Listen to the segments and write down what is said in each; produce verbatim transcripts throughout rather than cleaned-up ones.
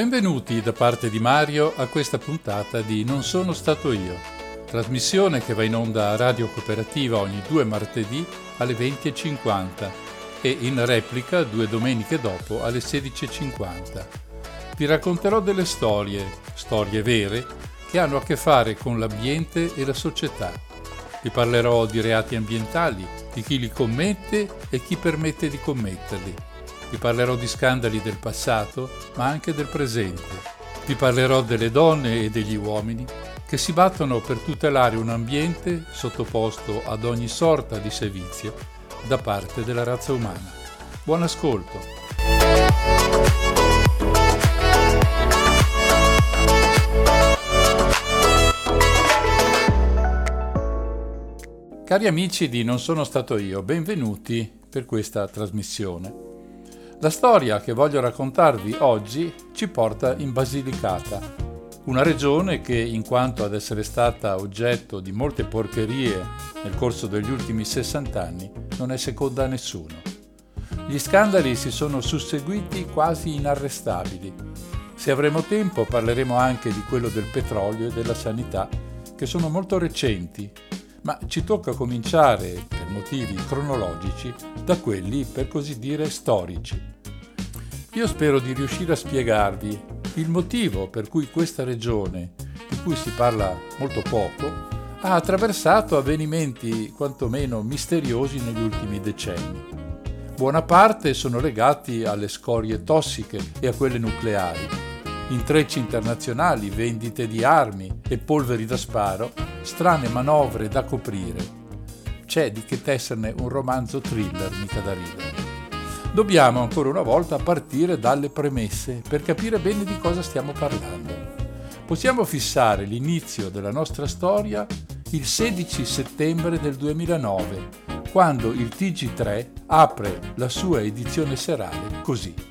Benvenuti da parte di Mario a questa puntata di Non sono stato io, trasmissione che va in onda a Radio Cooperativa ogni due martedì alle venti e cinquanta e in replica due domeniche dopo alle sedici e cinquanta. Vi racconterò delle storie, storie vere, che hanno a che fare con l'ambiente e la società. Vi parlerò di reati ambientali, di chi li commette e chi permette di commetterli. Vi parlerò di scandali del passato, ma anche del presente. Vi parlerò delle donne e degli uomini che si battono per tutelare un ambiente sottoposto ad ogni sorta di servizio da parte della razza umana. Buon ascolto! Cari amici di Non sono stato io, benvenuti per questa trasmissione. La storia che voglio raccontarvi oggi ci porta in Basilicata, una regione che, in quanto ad essere stata oggetto di molte porcherie nel corso degli ultimi sessanta anni, non è seconda a nessuno. Gli scandali si sono susseguiti quasi inarrestabili. Se avremo tempo parleremo anche di quello del petrolio e della sanità, che sono molto recenti, ma ci tocca cominciare, per motivi cronologici, da quelli, per così dire, storici. Io spero di riuscire a spiegarvi il motivo per cui questa regione, di cui si parla molto poco, ha attraversato avvenimenti quantomeno misteriosi negli ultimi decenni. Buona parte sono legati alle scorie tossiche e a quelle nucleari. Intrecci internazionali, vendite di armi e polveri da sparo, strane manovre da coprire. C'è di che tesserne un romanzo thriller mica da ridere. Dobbiamo ancora una volta partire dalle premesse per capire bene di cosa stiamo parlando. Possiamo fissare l'inizio della nostra storia il sedici settembre del duemilanove, quando il T G tre apre la sua edizione serale così.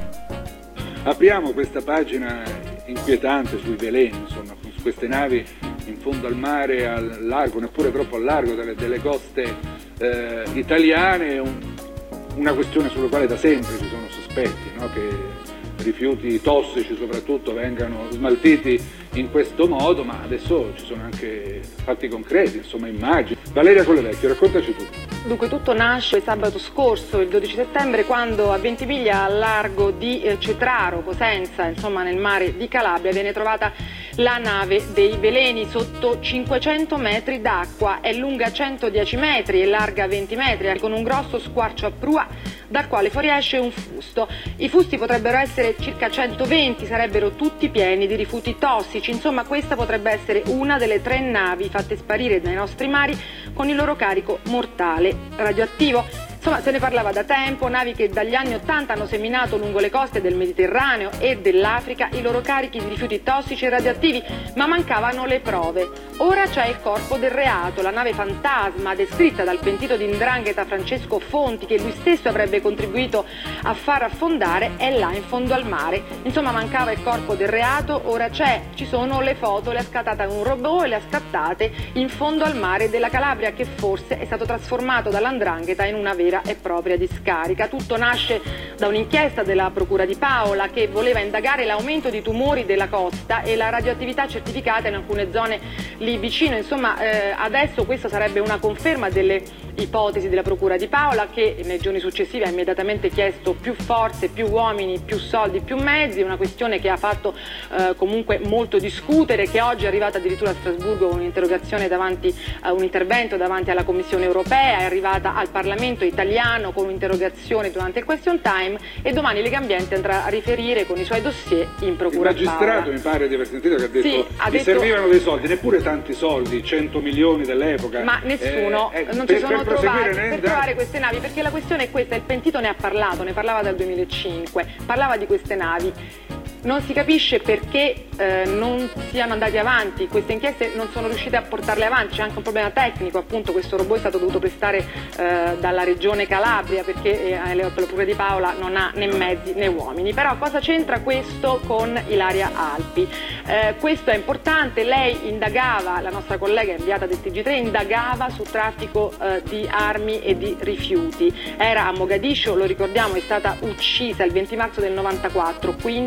Apriamo questa pagina inquietante sui veleni, insomma, su queste navi in fondo al mare, al largo, neppure troppo al largo delle, delle coste eh, italiane, un, una questione sulla quale da sempre ci sono sospetti, no? Che rifiuti tossici soprattutto vengano smaltiti in questo modo, ma adesso ci sono anche fatti concreti, insomma immagini. Valeria Collavecchio, raccontaci tutto. Dunque tutto nasce sabato scorso, il dodici settembre, quando a Ventimiglia, al largo di eh, Cetraro, Cosenza, insomma nel mare di Calabria, viene trovata la nave dei veleni sotto cinquecento metri d'acqua. È lunga centodieci metri e larga venti metri, con un grosso squarcio a prua dal quale fuoriesce un fusto. I fusti potrebbero essere circa centoventi, sarebbero tutti pieni di rifiuti tossici. Insomma, questa potrebbe essere una delle tre navi fatte sparire dai nostri mari con il loro carico mortale radioattivo. Insomma, se ne parlava da tempo, navi che dagli anni ottanta hanno seminato lungo le coste del Mediterraneo e dell'Africa i loro carichi di rifiuti tossici e radioattivi, ma mancavano le prove. Ora c'è il corpo del reato, la nave fantasma descritta dal pentito di 'ndrangheta Francesco Fonti, che lui stesso avrebbe contribuito a far affondare, è là in fondo al mare. Insomma, mancava il corpo del reato, ora c'è, ci sono le foto, le ha scattate un robot e le ha scattate in fondo al mare della Calabria, che forse è stato trasformato dalla 'ndrangheta in una vera e propria discarica. Tutto nasce da un'inchiesta della Procura di Paola, che voleva indagare l'aumento di tumori della costa e la radioattività certificata in alcune zone lì vicino. Insomma, eh, adesso questa sarebbe una conferma delle ipotesi della Procura di Paola, che nei giorni successivi ha immediatamente chiesto più forze, più uomini, più soldi, più mezzi, una questione che ha fatto eh, comunque molto discutere, che oggi è arrivata addirittura a Strasburgo con un'interrogazione davanti a un intervento davanti alla Commissione europea, è arrivata al Parlamento italiano con un'interrogazione durante il question time, e domani Legambiente andrà a riferire con i suoi dossier in Procura di Paola. Il magistrato, mi pare di aver sentito, che ha detto sì, ha che detto... servivano dei soldi, neppure tanti soldi, cento milioni dell'epoca. Ma nessuno, eh, eh, non per, ci sono per trovati per trovare queste navi, perché la questione è questa, il pentito ne ha parlato, ne parlava dal duemilacinque, parlava di queste navi. Non si capisce perché eh, non siano andati avanti, queste inchieste non sono riuscite a portarle avanti, c'è anche un problema tecnico, appunto questo robot è stato dovuto prestare eh, dalla regione Calabria, perché eh, la Procura di Paola non ha né mezzi né uomini. Però cosa c'entra questo con Ilaria Alpi? Eh, questo è importante, lei indagava, la nostra collega inviata del T G tre, indagava su traffico eh, di armi e di rifiuti. Era a Mogadiscio, lo ricordiamo, è stata uccisa il venti marzo del novantaquattro, quindici anni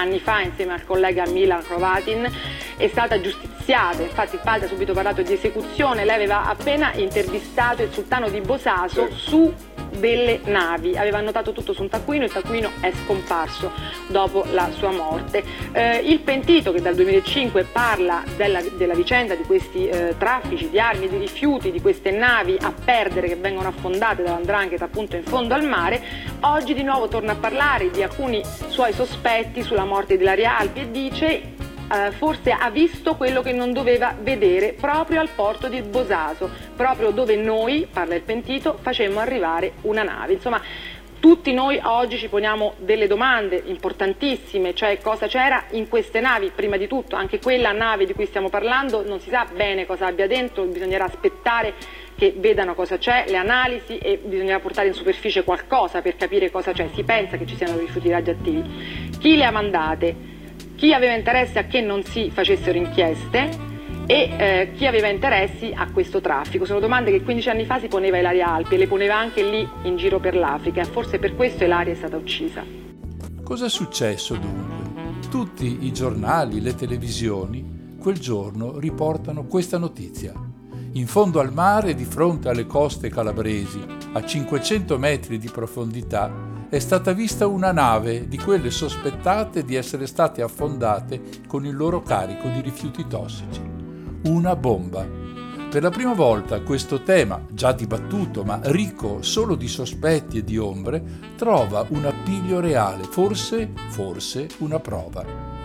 anni fa insieme al collega Milan Hrovatin, è stata giustiziata. Infatti il padre ha subito parlato di esecuzione. Lei aveva appena intervistato il sultano di Bosaso su delle navi, aveva annotato tutto su un taccuino, il taccuino è scomparso dopo la sua morte. Eh, il pentito, che dal duemilacinque parla della, della vicenda di questi eh, traffici di armi, di rifiuti, di queste navi a perdere che vengono affondate dall''ndrangheta appunto in fondo al mare, oggi di nuovo torna a parlare di alcuni suoi sospetti sulla morte di Ilaria Alpi e dice Uh, forse ha visto quello che non doveva vedere proprio al porto di Bosaso, proprio dove noi, parla il pentito, facemmo arrivare una nave. Insomma, tutti noi oggi ci poniamo delle domande importantissime, cioè cosa c'era in queste navi. Prima di tutto, anche quella nave di cui stiamo parlando non si sa bene cosa abbia dentro, bisognerà aspettare che vedano cosa c'è, le analisi, e bisognerà portare in superficie qualcosa per capire cosa c'è. Si pensa che ci siano rifiuti radioattivi. Chi le ha mandate? Chi aveva interesse a che non si facessero inchieste e eh, chi aveva interessi a questo traffico? Sono domande che quindici anni fa si poneva Ilaria Alpi e le poneva anche lì in giro per l'Africa. Forse per questo Ilaria è stata uccisa. Cosa è successo dunque? Tutti i giornali, le televisioni, quel giorno riportano questa notizia. In fondo al mare, di fronte alle coste calabresi, a cinquecento metri di profondità, è stata vista una nave di quelle sospettate di essere state affondate con il loro carico di rifiuti tossici. Una bomba. Per la prima volta questo tema, già dibattuto ma ricco solo di sospetti e di ombre, trova un appiglio reale, forse, forse una prova.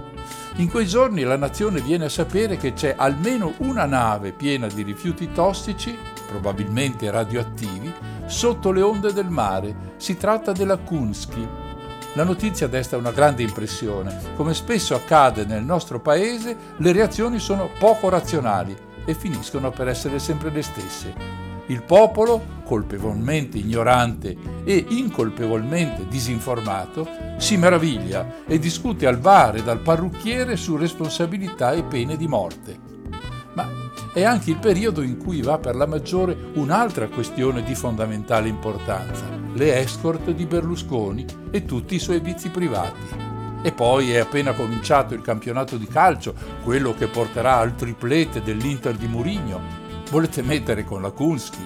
In quei giorni la nazione viene a sapere che c'è almeno una nave piena di rifiuti tossici, probabilmente radioattivi, sotto le onde del mare. Si tratta della Kunsky. La notizia desta una grande impressione. Come spesso accade nel nostro paese, le reazioni sono poco razionali e finiscono per essere sempre le stesse. Il popolo, colpevolmente ignorante e incolpevolmente disinformato, si meraviglia e discute al bar e dal parrucchiere su responsabilità e pene di morte. Ma è anche il periodo in cui va per la maggiore un'altra questione di fondamentale importanza: le escort di Berlusconi e tutti i suoi vizi privati. E poi è appena cominciato il campionato di calcio, quello che porterà al triplete dell'Inter di Mourinho. Volete mettere con la Kunsky?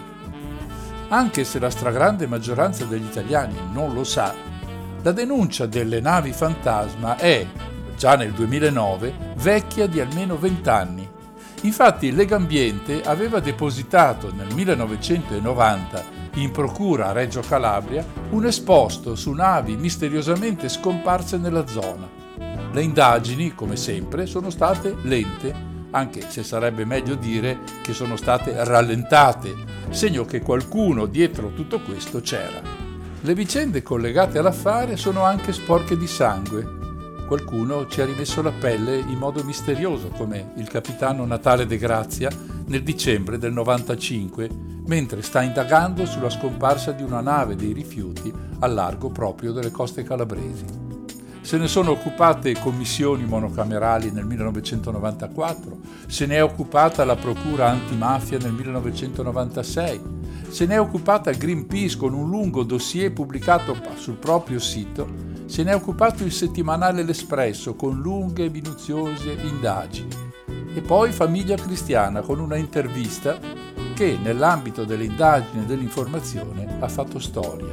Anche se la stragrande maggioranza degli italiani non lo sa, la denuncia delle navi fantasma è, già nel duemilanove, vecchia di almeno vent'anni. Infatti Legambiente aveva depositato nel millenovecentonovanta in procura a Reggio Calabria un esposto su navi misteriosamente scomparse nella zona. Le indagini, come sempre, sono state lente, anche se sarebbe meglio dire che sono state rallentate, segno che qualcuno dietro tutto questo c'era. Le vicende collegate all'affare sono anche sporche di sangue. Qualcuno ci ha rimesso la pelle in modo misterioso, come il capitano Natale De Grazia nel dicembre del novantacinque, mentre sta indagando sulla scomparsa di una nave dei rifiuti al largo proprio delle coste calabresi. Se ne sono occupate commissioni monocamerali nel millenovecentonovantaquattro, se ne è occupata la procura antimafia nel millenovecentonovantasei, se ne è occupata Greenpeace con un lungo dossier pubblicato sul proprio sito, se ne è occupato il settimanale L'Espresso con lunghe e minuziose indagini, e poi Famiglia Cristiana con una intervista che nell'ambito delle indagini e dell'informazione ha fatto storia.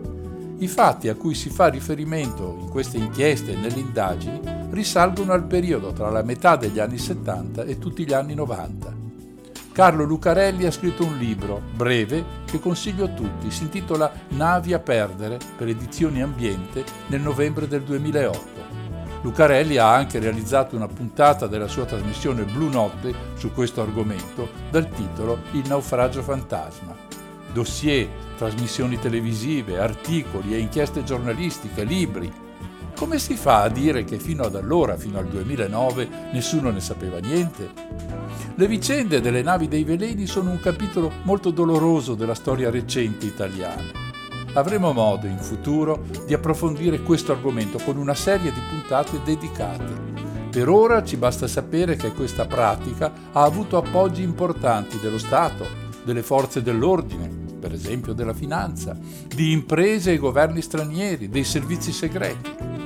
I fatti a cui si fa riferimento in queste inchieste e nelle indagini risalgono al periodo tra la metà degli anni settanta e tutti gli anni novanta. Carlo Lucarelli ha scritto un libro, breve, che consiglio a tutti, si intitola Navi a perdere, per Edizioni Ambiente, nel novembre del duemilaotto. Lucarelli ha anche realizzato una puntata della sua trasmissione Blu Notte su questo argomento, dal titolo Il naufragio fantasma. Dossier, trasmissioni televisive, articoli e inchieste giornalistiche, libri. Come si fa a dire che fino ad allora, fino al duemilanove, nessuno ne sapeva niente? Le vicende delle navi dei veleni sono un capitolo molto doloroso della storia recente italiana. Avremo modo in futuro di approfondire questo argomento con una serie di puntate dedicate. Per ora ci basta sapere che questa pratica ha avuto appoggi importanti dello Stato, delle forze dell'ordine, per esempio della finanza, di imprese e governi stranieri, dei servizi segreti.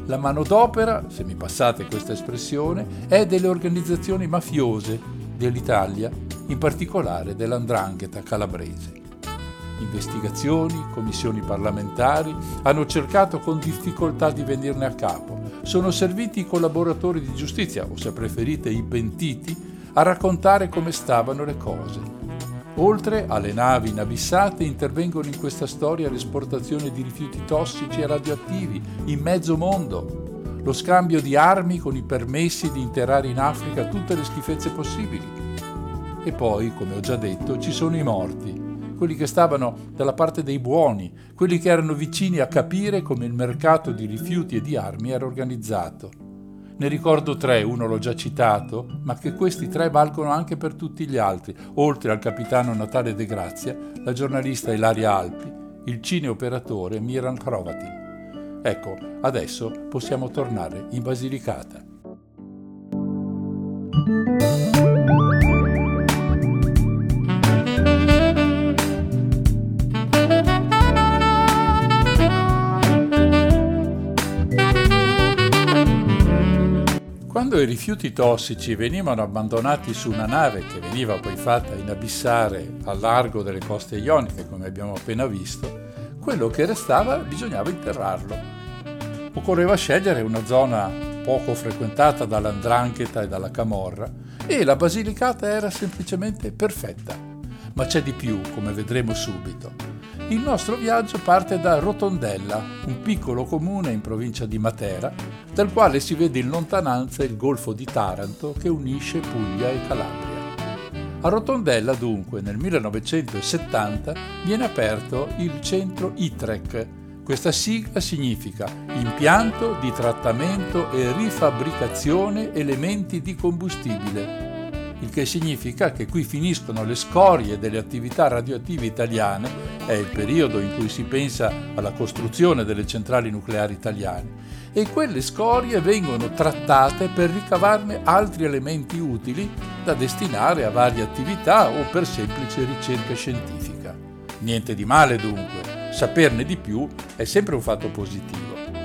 La manodopera, se mi passate questa espressione, è delle organizzazioni mafiose dell'Italia, in particolare dell'Andrangheta calabrese. Investigazioni, commissioni parlamentari hanno cercato con difficoltà di venirne a capo. Sono serviti i collaboratori di giustizia, o se preferite i pentiti, a raccontare come stavano le cose. Oltre alle navi inabissate intervengono in questa storia l'esportazione di rifiuti tossici e radioattivi in mezzo mondo, lo scambio di armi con i permessi di interrare in Africa tutte le schifezze possibili. E poi, come ho già detto, ci sono i morti, quelli che stavano dalla parte dei buoni, quelli che erano vicini a capire come il mercato di rifiuti e di armi era organizzato. Ne ricordo tre, uno l'ho già citato, ma che questi tre valgono anche per tutti gli altri, oltre al capitano Natale De Grazia, la giornalista Ilaria Alpi, il cineoperatore Miran Hrovatin. Ecco, adesso possiamo tornare in Basilicata. Quando i rifiuti tossici venivano abbandonati su una nave che veniva poi fatta inabissare al largo delle coste ioniche, come abbiamo appena visto, quello che restava bisognava interrarlo. Occorreva scegliere una zona poco frequentata dall'Andrangheta e dalla Camorra e la Basilicata era semplicemente perfetta. Ma c'è di più, come vedremo subito. Il nostro viaggio parte da Rotondella, un piccolo comune in provincia di Matera, dal quale si vede in lontananza il golfo di Taranto che unisce Puglia e Calabria. A Rotondella, dunque, nel millenovecentosettanta viene aperto il centro I T R E C. Questa sigla significa Impianto di trattamento e rifabbricazione elementi di combustibile, il che significa che qui finiscono le scorie delle attività radioattive italiane, è il periodo in cui si pensa alla costruzione delle centrali nucleari italiane, e quelle scorie vengono trattate per ricavarne altri elementi utili da destinare a varie attività o per semplice ricerca scientifica. Niente di male dunque, saperne di più è sempre un fatto positivo.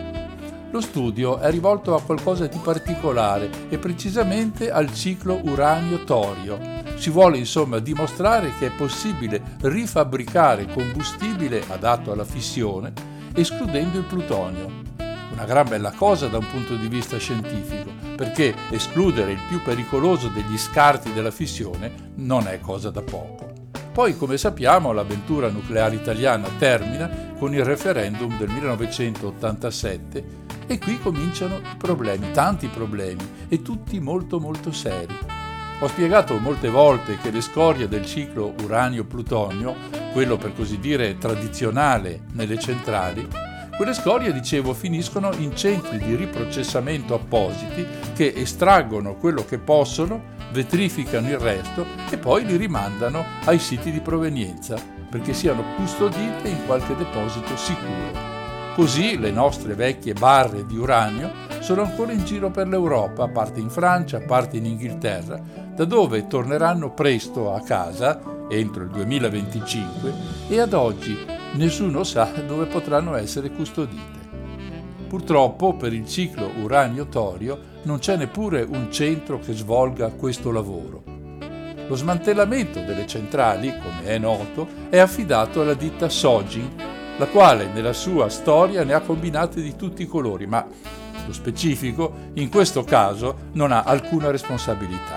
Lo studio è rivolto a qualcosa di particolare e precisamente al ciclo uranio-torio. Si vuole insomma dimostrare che è possibile rifabbricare combustibile adatto alla fissione escludendo il plutonio. Una gran bella cosa da un punto di vista scientifico, perché escludere il più pericoloso degli scarti della fissione non è cosa da poco. Poi, come sappiamo, l'avventura nucleare italiana termina con il referendum del millenovecentottantasette e qui cominciano i problemi, tanti problemi, e tutti molto molto seri. Ho spiegato molte volte che le scorie del ciclo uranio-plutonio, quello per così dire tradizionale nelle centrali, quelle scorie, dicevo, finiscono in centri di riprocessamento appositi che estraggono quello che possono, vetrificano il resto e poi li rimandano ai siti di provenienza perché siano custodite in qualche deposito sicuro. Così le nostre vecchie barre di uranio sono ancora in giro per l'Europa, a parte in Francia, a parte in Inghilterra, da dove torneranno presto a casa, entro il duemilaventicinque, e ad oggi nessuno sa dove potranno essere custodite. Purtroppo per il ciclo uranio-torio non c'è neppure un centro che svolga questo lavoro. Lo smantellamento delle centrali, come è noto, è affidato alla ditta Sogin, la quale nella sua storia ne ha combinate di tutti i colori, ma lo specifico in questo caso non ha alcuna responsabilità.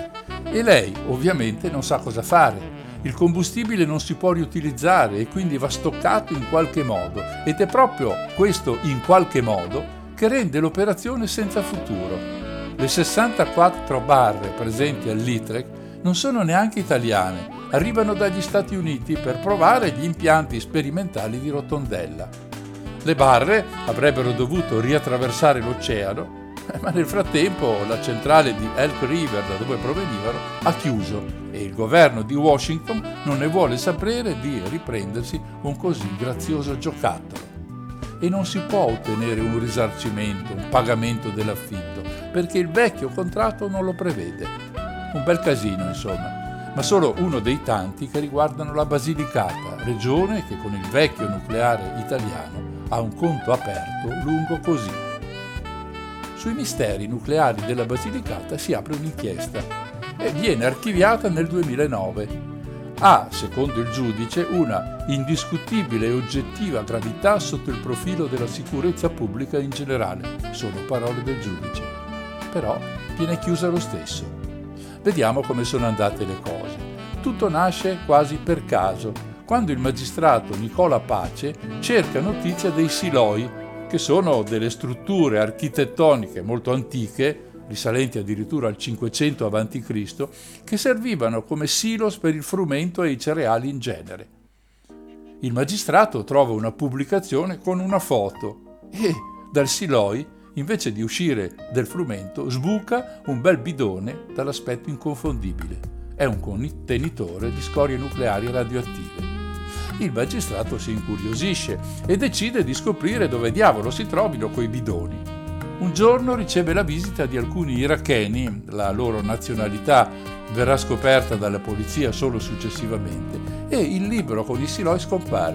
E lei ovviamente non sa cosa fare. Il combustibile non si può riutilizzare e quindi va stoccato in qualche modo, ed è proprio questo in qualche modo che rende l'operazione senza futuro. Le sessantaquattro barre presenti all'I T R E C non sono neanche italiane, arrivano dagli Stati Uniti per provare gli impianti sperimentali di Rotondella. Le barre avrebbero dovuto riattraversare l'oceano, ma nel frattempo la centrale di Elk River, da dove provenivano, ha chiuso e il governo di Washington non ne vuole sapere di riprendersi un così grazioso giocattolo. E non si può ottenere un risarcimento, un pagamento dell'affitto, perché il vecchio contratto non lo prevede. Un bel casino, insomma, ma solo uno dei tanti che riguardano la Basilicata, regione che con il vecchio nucleare italiano ha un conto aperto lungo così. Sui misteri nucleari della Basilicata si apre un'inchiesta e viene archiviata nel duemilanove. Ha, secondo il giudice, una indiscutibile e oggettiva gravità sotto il profilo della sicurezza pubblica in generale. Sono parole del giudice. Però viene chiusa lo stesso. Vediamo come sono andate le cose. Tutto nasce quasi per caso, quando il magistrato Nicola Pace cerca notizia dei siloi, che sono delle strutture architettoniche molto antiche, risalenti addirittura al cinquecento avanti Cristo, che servivano come silos per il frumento e i cereali in genere. Il magistrato trova una pubblicazione con una foto e dal siloi, invece di uscire del frumento, sbuca un bel bidone dall'aspetto inconfondibile. È un contenitore di scorie nucleari radioattive. Il magistrato si incuriosisce e decide di scoprire dove diavolo si trovino quei bidoni. Un giorno riceve la visita di alcuni iracheni, la loro nazionalità verrà scoperta dalla polizia solo successivamente, e il libro con i siloi scompare.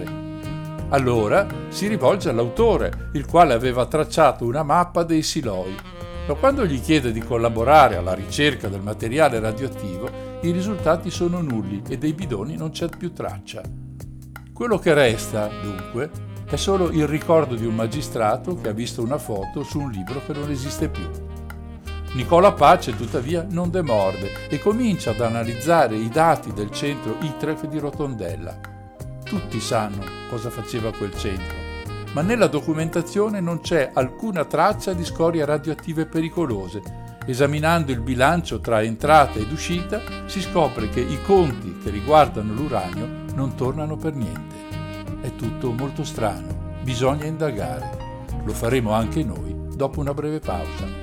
Allora si rivolge all'autore, il quale aveva tracciato una mappa dei siloi, ma quando gli chiede di collaborare alla ricerca del materiale radioattivo, i risultati sono nulli e dei bidoni non c'è più traccia. Quello che resta, dunque, è solo il ricordo di un magistrato che ha visto una foto su un libro che non esiste più. Nicola Pace, tuttavia, non demorde e comincia ad analizzare i dati del centro I T R E C di Rotondella. Tutti sanno cosa faceva quel centro, ma nella documentazione non c'è alcuna traccia di scorie radioattive pericolose. Esaminando il bilancio tra entrata ed uscita, si scopre che i conti che riguardano l'uranio non tornano per niente. È tutto molto strano, bisogna indagare. Lo faremo anche noi dopo una breve pausa.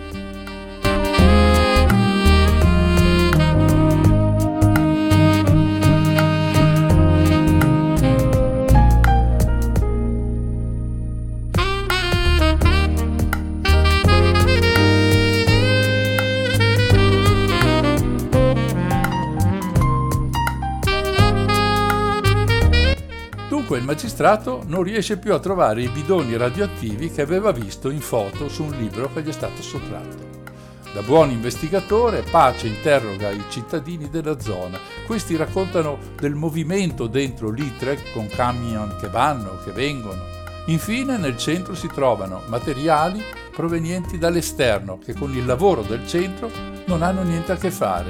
Dunque il magistrato non riesce più a trovare i bidoni radioattivi che aveva visto in foto su un libro che gli è stato sottratto. Da buon investigatore, Pace interroga i cittadini della zona. Questi raccontano del movimento dentro l'I T R E C con camion che vanno, che vengono. Infine nel centro si trovano materiali provenienti dall'esterno che con il lavoro del centro non hanno niente a che fare.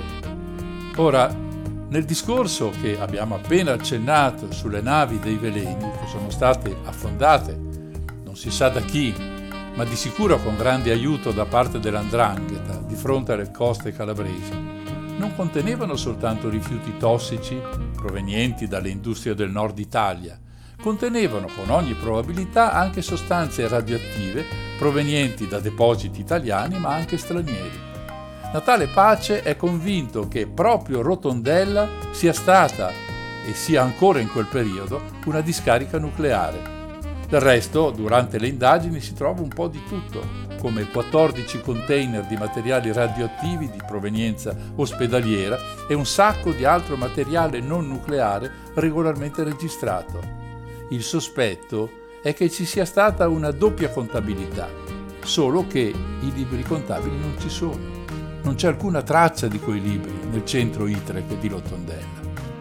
Ora, nel discorso che abbiamo appena accennato sulle navi dei veleni che sono state affondate, non si sa da chi, ma di sicuro con grande aiuto da parte dell'Andrangheta di fronte alle coste calabresi, non contenevano soltanto rifiuti tossici provenienti dalle industrie del nord Italia, contenevano con ogni probabilità anche sostanze radioattive provenienti da depositi italiani ma anche stranieri. Natale Pace è convinto che proprio Rotondella sia stata, e sia ancora in quel periodo, una discarica nucleare. Del resto, durante le indagini si trova un po' di tutto, come quattordici container di materiali radioattivi di provenienza ospedaliera e un sacco di altro materiale non nucleare regolarmente registrato. Il sospetto è che ci sia stata una doppia contabilità, solo che i libri contabili non ci sono. Non c'è alcuna traccia di quei libri nel centro I T R E C di Rotondella.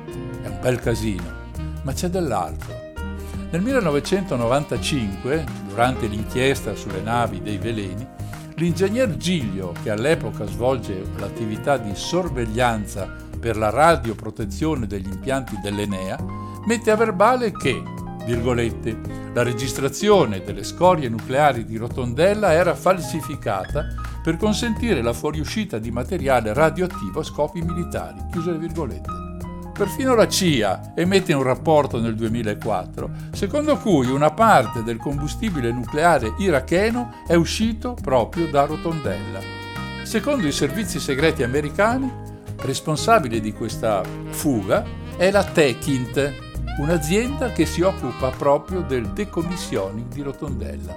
È un bel casino, ma c'è dell'altro. Nel millenovecentonovantacinque, durante l'inchiesta sulle navi dei veleni, l'ingegner Giglio, che all'epoca svolge l'attività di sorveglianza per la radioprotezione degli impianti dell'Enea, mette a verbale che, virgolette, la registrazione delle scorie nucleari di Rotondella era falsificata per consentire la fuoriuscita di materiale radioattivo a scopi militari, chiuse le virgolette. Perfino la C I A emette un rapporto nel duemilaquattro, secondo cui una parte del combustibile nucleare iracheno è uscito proprio da Rotondella. Secondo i servizi segreti americani, responsabile di questa fuga è la Techint, un'azienda che si occupa proprio del decommissioning di Rotondella.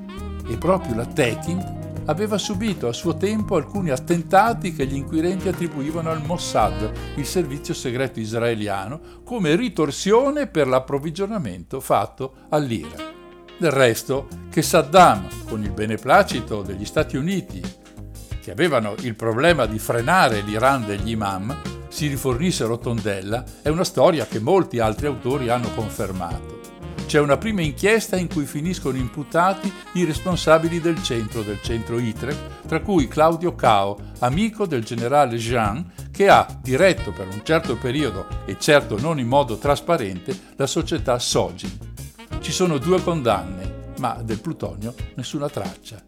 E proprio la Techint aveva subito a suo tempo alcuni attentati che gli inquirenti attribuivano al Mossad, il servizio segreto israeliano, come ritorsione per l'approvvigionamento fatto all'Iraq. Del resto, che Saddam, con il beneplacito degli Stati Uniti, che avevano il problema di frenare l'Iran degli imam, si rifornisse rotondella, è una storia che molti altri autori hanno confermato. C'è una prima inchiesta in cui finiscono imputati i responsabili del centro, del centro I T R E C, tra cui Claudio Cao, amico del generale Jean, che ha diretto per un certo periodo, e certo non in modo trasparente, la società Sogin. Ci sono due condanne, ma del plutonio nessuna traccia.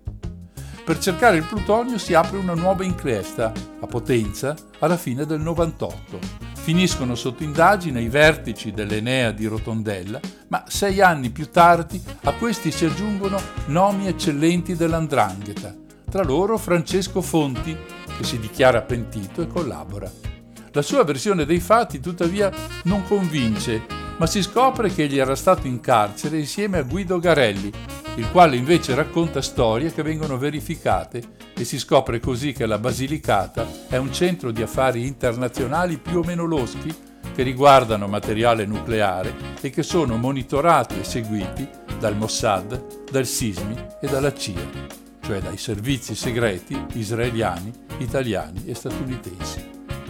Per cercare il plutonio si apre una nuova inchiesta, a Potenza, alla fine del novantotto. Finiscono sotto indagine i vertici dell'Enea di Rotondella, ma sei anni più tardi a questi si aggiungono nomi eccellenti dell'Andrangheta, tra loro Francesco Fonti, che si dichiara pentito e collabora. La sua versione dei fatti, tuttavia, non convince, ma si scopre che egli era stato in carcere insieme a Guido Garelli, il quale invece racconta storie che vengono verificate e si scopre così che la Basilicata è un centro di affari internazionali più o meno loschi che riguardano materiale nucleare e che sono monitorati e seguiti dal Mossad, dal SISMI e dalla C I A, cioè dai servizi segreti israeliani, italiani e statunitensi.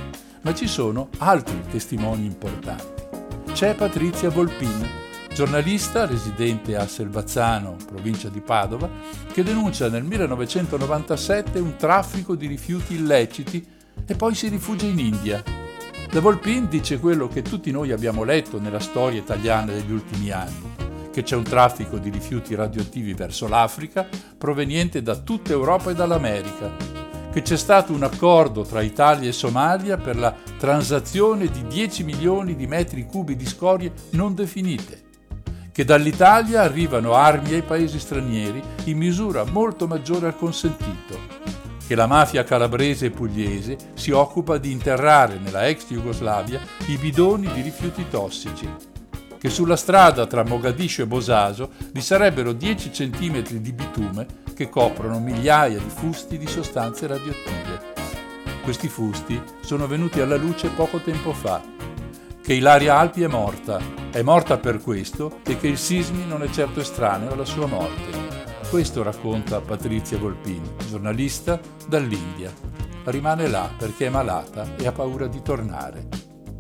Ma ci sono altri testimoni importanti. C'è Patrizia Volpin, giornalista residente a Selvazzano, provincia di Padova, che denuncia nel millenovecentonovantasette un traffico di rifiuti illeciti e poi si rifugia in India. La Volpin dice quello che tutti noi abbiamo letto nella storia italiana degli ultimi anni, che c'è un traffico di rifiuti radioattivi verso l'Africa proveniente da tutta Europa e dall'America, che c'è stato un accordo tra Italia e Somalia per la transazione di dieci milioni di metri cubi di scorie non definite, che dall'Italia arrivano armi ai paesi stranieri in misura molto maggiore al consentito, che la mafia calabrese e pugliese si occupa di interrare nella ex Jugoslavia i bidoni di rifiuti tossici, che sulla strada tra Mogadiscio e Bosaso vi sarebbero dieci centimetri di bitume che coprono migliaia di fusti di sostanze radioattive. Questi fusti sono venuti alla luce poco tempo fa, che Ilaria Alpi è morta, è morta per questo e che il SISMI non è certo estraneo alla sua morte. Questo racconta Patrizia Volpin, giornalista dall'India. Rimane là perché è malata e ha paura di tornare.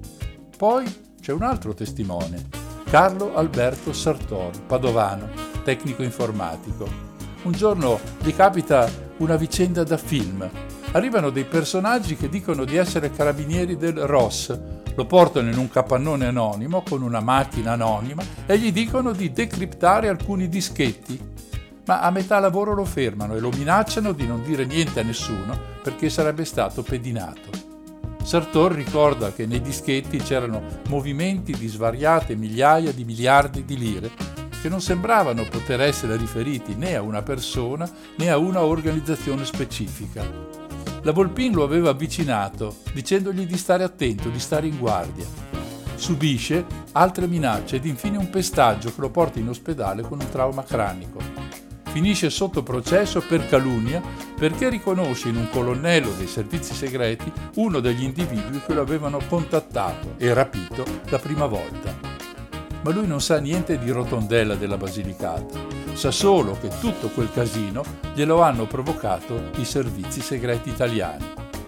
Poi c'è un altro testimone, Carlo Alberto Sartor, padovano, tecnico informatico. Un giorno gli capita una vicenda da film. Arrivano dei personaggi che dicono di essere carabinieri del R O S, lo portano in un capannone anonimo con una macchina anonima e gli dicono di decriptare alcuni dischetti, ma a metà lavoro lo fermano e lo minacciano di non dire niente a nessuno perché sarebbe stato pedinato. Sartor ricorda che nei dischetti c'erano movimenti di svariate migliaia di miliardi di lire che non sembravano poter essere riferiti né a una persona né a una organizzazione specifica. La Volpin lo aveva avvicinato dicendogli di stare attento, di stare in guardia. Subisce altre minacce ed infine un pestaggio che lo porta in ospedale con un trauma cranico. Finisce sotto processo per calunnia perché riconosce in un colonnello dei servizi segreti uno degli individui che lo avevano contattato e rapito la prima volta. Ma lui non sa niente di Rotondella della Basilicata, sa solo che tutto quel casino glielo hanno provocato i servizi segreti italiani.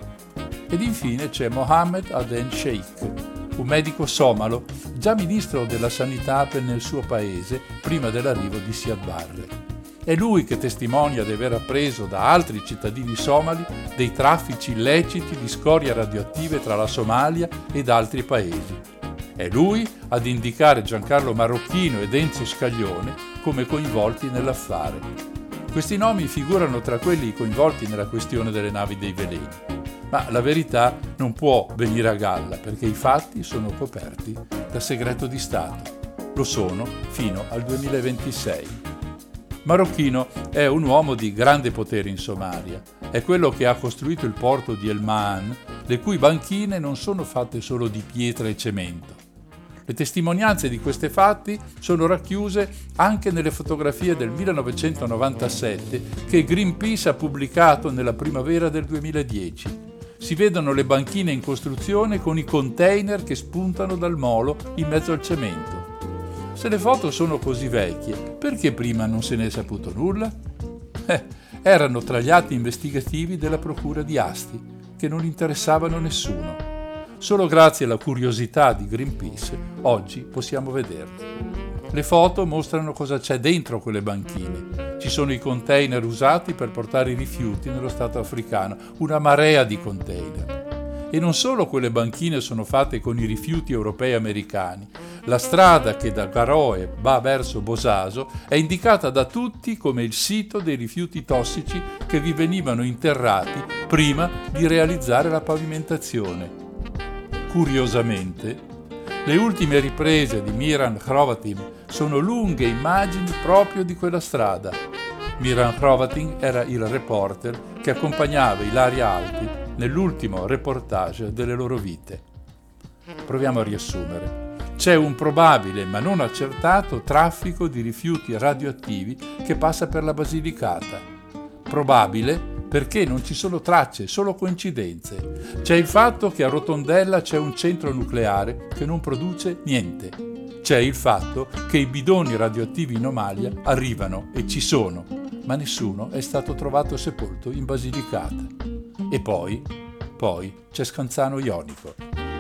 Ed infine c'è Mohammed Aden Sheikh, un medico somalo, già ministro della sanità nel suo paese prima dell'arrivo di Siad Barre. È lui che testimonia di aver appreso da altri cittadini somali dei traffici illeciti di scorie radioattive tra la Somalia ed altri paesi. È lui ad indicare Giancarlo Marocchino ed Enzo Scaglione come coinvolti nell'affare. Questi nomi figurano tra quelli coinvolti nella questione delle navi dei veleni, ma la verità non può venire a galla perché i fatti sono coperti da segreto di Stato. Lo sono fino al duemilaventisei. Marocchino è un uomo di grande potere in Somalia. È quello che ha costruito il porto di El Maan, le cui banchine non sono fatte solo di pietra e cemento. Le testimonianze di questi fatti sono racchiuse anche nelle fotografie del millenovecentonovantasette che Greenpeace ha pubblicato nella primavera del duemiladieci. Si vedono le banchine in costruzione con i container che spuntano dal molo in mezzo al cemento. se le foto sono così vecchie, perché prima non se ne è saputo nulla? Eh, erano tra gli atti investigativi della procura di Asti, che non interessavano nessuno. Solo grazie alla curiosità di Greenpeace oggi possiamo vederli. Le foto mostrano cosa c'è dentro quelle banchine. Ci sono i container usati per portare i rifiuti nello stato africano, una marea di container. E non solo quelle banchine sono fatte con i rifiuti europei e americani. La strada che da Garoe va verso Bosaso è indicata da tutti come il sito dei rifiuti tossici che vi venivano interrati prima di realizzare la pavimentazione. Curiosamente, le ultime riprese di Miran Hrovatin sono lunghe immagini proprio di quella strada. Miran Hrovatin era il reporter che accompagnava Ilaria Alpi nell'ultimo reportage delle loro vite. Proviamo a riassumere. C'è un probabile ma non accertato traffico di rifiuti radioattivi che passa per la Basilicata. Probabile perché non ci sono tracce, solo coincidenze. C'è il fatto che a Rotondella c'è un centro nucleare che non produce niente. C'è il fatto che i bidoni radioattivi in Omalia arrivano e ci sono, ma nessuno è stato trovato sepolto in Basilicata. E poi, poi c'è Scanzano Jonico.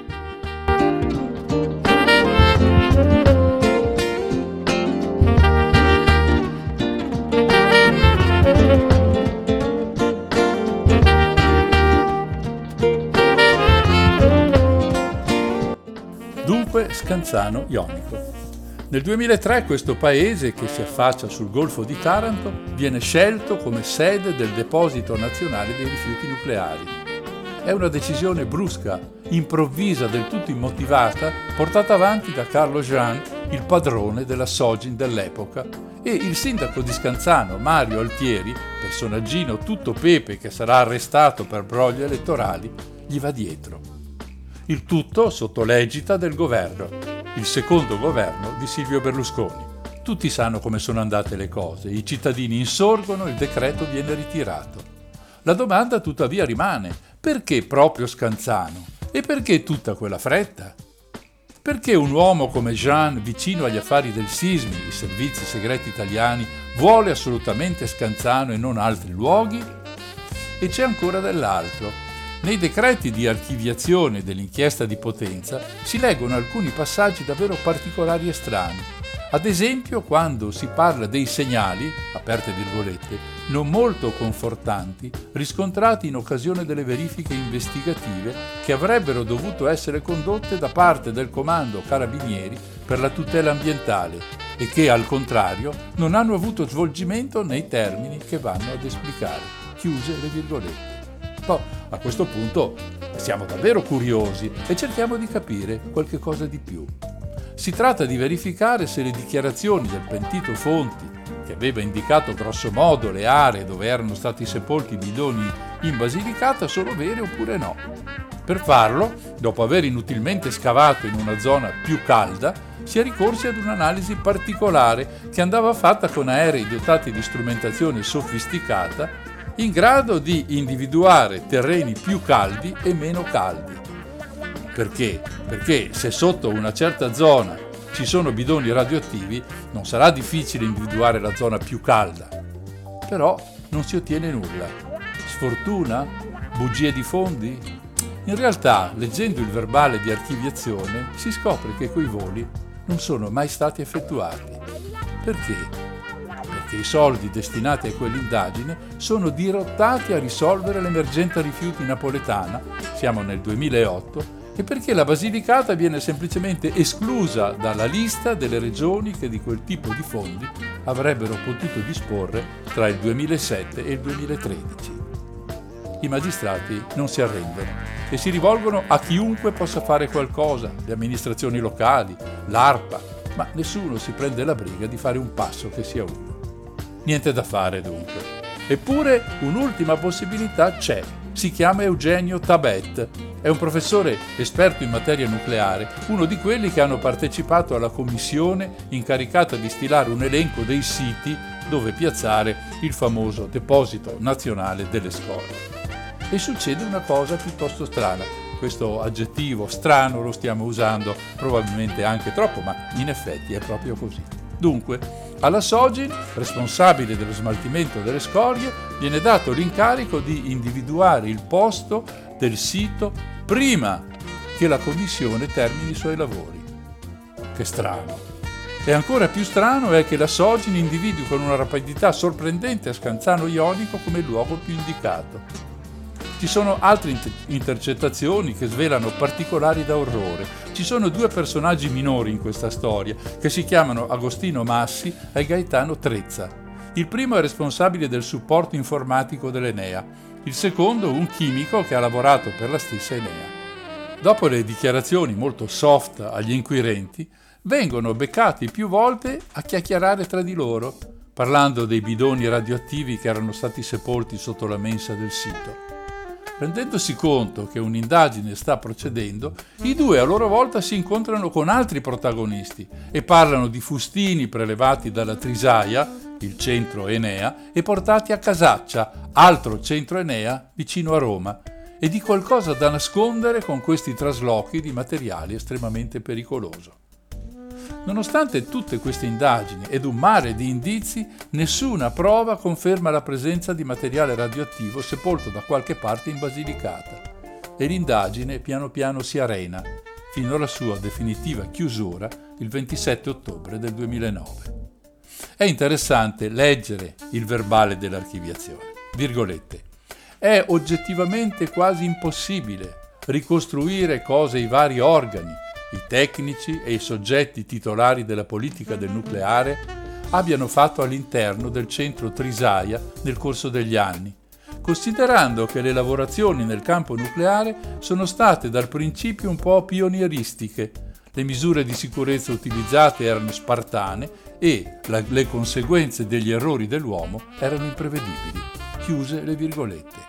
Dunque Scanzano Jonico. Nel duemilatré questo paese, che si affaccia sul Golfo di Taranto, viene scelto come sede del Deposito Nazionale dei Rifiuti Nucleari. È una decisione brusca, improvvisa, del tutto immotivata, portata avanti da Carlo Jean, il padrone della Sogin dell'epoca, e il sindaco di Scanzano, Mario Altieri, personaggino tutto pepe che sarà arrestato per brogli elettorali, gli va dietro. Il tutto sotto l'egida del governo, il secondo governo di Silvio Berlusconi. Tutti sanno come sono andate le cose, i cittadini insorgono, il decreto viene ritirato. La domanda tuttavia rimane: perché proprio Scanzano? E perché tutta quella fretta? Perché un uomo come Jean, vicino agli affari del Sismi, i servizi segreti italiani, vuole assolutamente Scanzano e non altri luoghi? E c'è ancora dell'altro. Nei decreti di archiviazione dell'inchiesta di Potenza si leggono alcuni passaggi davvero particolari e strani. Ad esempio, quando si parla dei segnali, aperte virgolette, non molto confortanti, riscontrati in occasione delle verifiche investigative che avrebbero dovuto essere condotte da parte del Comando Carabinieri per la tutela ambientale e che, al contrario, non hanno avuto svolgimento nei termini che vanno ad esplicare. Chiuse le virgolette. Poi, a questo punto siamo davvero curiosi e cerchiamo di capire qualche cosa di più. Si tratta di verificare se le dichiarazioni del pentito Fonti, che aveva indicato grosso modo le aree dove erano stati sepolti i bidoni in Basilicata, sono vere oppure no. Per farlo, dopo aver inutilmente scavato in una zona più calda, si è ricorsi ad un'analisi particolare che andava fatta con aerei dotati di strumentazione sofisticata in grado di individuare terreni più caldi e meno caldi. Perché? Perché se sotto una certa zona ci sono bidoni radioattivi, non sarà difficile individuare la zona più calda. Però non si ottiene nulla. Sfortuna? Bugie di fondi? In realtà, leggendo il verbale di archiviazione, si scopre che quei voli non sono mai stati effettuati. Perché? Perché i soldi destinati a quell'indagine sono dirottati a risolvere l'emergenza rifiuti napoletana, siamo nel duemilaotto, e perché la Basilicata viene semplicemente esclusa dalla lista delle regioni che di quel tipo di fondi avrebbero potuto disporre tra il duemilasette e il duemilatredici. I magistrati non si arrendono e si rivolgono a chiunque possa fare qualcosa, le amministrazioni locali, l'ARPA, ma nessuno si prende la briga di fare un passo che sia uno. Niente da fare dunque. Eppure un'ultima possibilità c'è. Si chiama Eugenio Tabet. È un professore esperto in materia nucleare, uno di quelli che hanno partecipato alla commissione incaricata di stilare un elenco dei siti dove piazzare il famoso Deposito Nazionale delle Scorie. E succede una cosa piuttosto strana. questo aggettivo strano lo stiamo usando probabilmente anche troppo, ma in effetti è proprio così. Dunque, alla Sogin, responsabile dello smaltimento delle scorie, viene dato l'incarico di individuare il posto del sito prima che la commissione termini i suoi lavori. Che strano. E ancora più strano è che la Sogin individui con una rapidità sorprendente a Scanzano Jonico come il luogo più indicato. Ci sono altre inter- intercettazioni che svelano particolari da orrore. Ci sono due personaggi minori in questa storia che si chiamano Agostino Massi e Gaetano Trezza. Il primo è responsabile del supporto informatico dell'Enea, il secondo un chimico che ha lavorato per la stessa Enea. Dopo le dichiarazioni molto soft agli inquirenti, vengono beccati più volte a chiacchierare tra di loro, parlando dei bidoni radioattivi che erano stati sepolti sotto la mensa del sito. Rendendosi conto che un'indagine sta procedendo, i due a loro volta si incontrano con altri protagonisti e parlano di fustini prelevati dalla Trisaia, il centro Enea, e portati a Casaccia, altro centro Enea vicino a Roma, e di qualcosa da nascondere con questi traslochi di materiale estremamente pericoloso. Nonostante tutte queste indagini ed un mare di indizi, nessuna prova conferma la presenza di materiale radioattivo sepolto da qualche parte in Basilicata e l'indagine piano piano si arena fino alla sua definitiva chiusura il ventisette ottobre del duemilanove. È interessante leggere il verbale dell'archiviazione. Virgolette. È oggettivamente quasi impossibile ricostruire cosa i vari organi, i tecnici e i soggetti titolari della politica del nucleare abbiano fatto all'interno del centro Trisaia nel corso degli anni, considerando che le lavorazioni nel campo nucleare sono state dal principio un po' pionieristiche, le misure di sicurezza utilizzate erano spartane e la, le conseguenze degli errori dell'uomo erano imprevedibili. Chiuse le virgolette.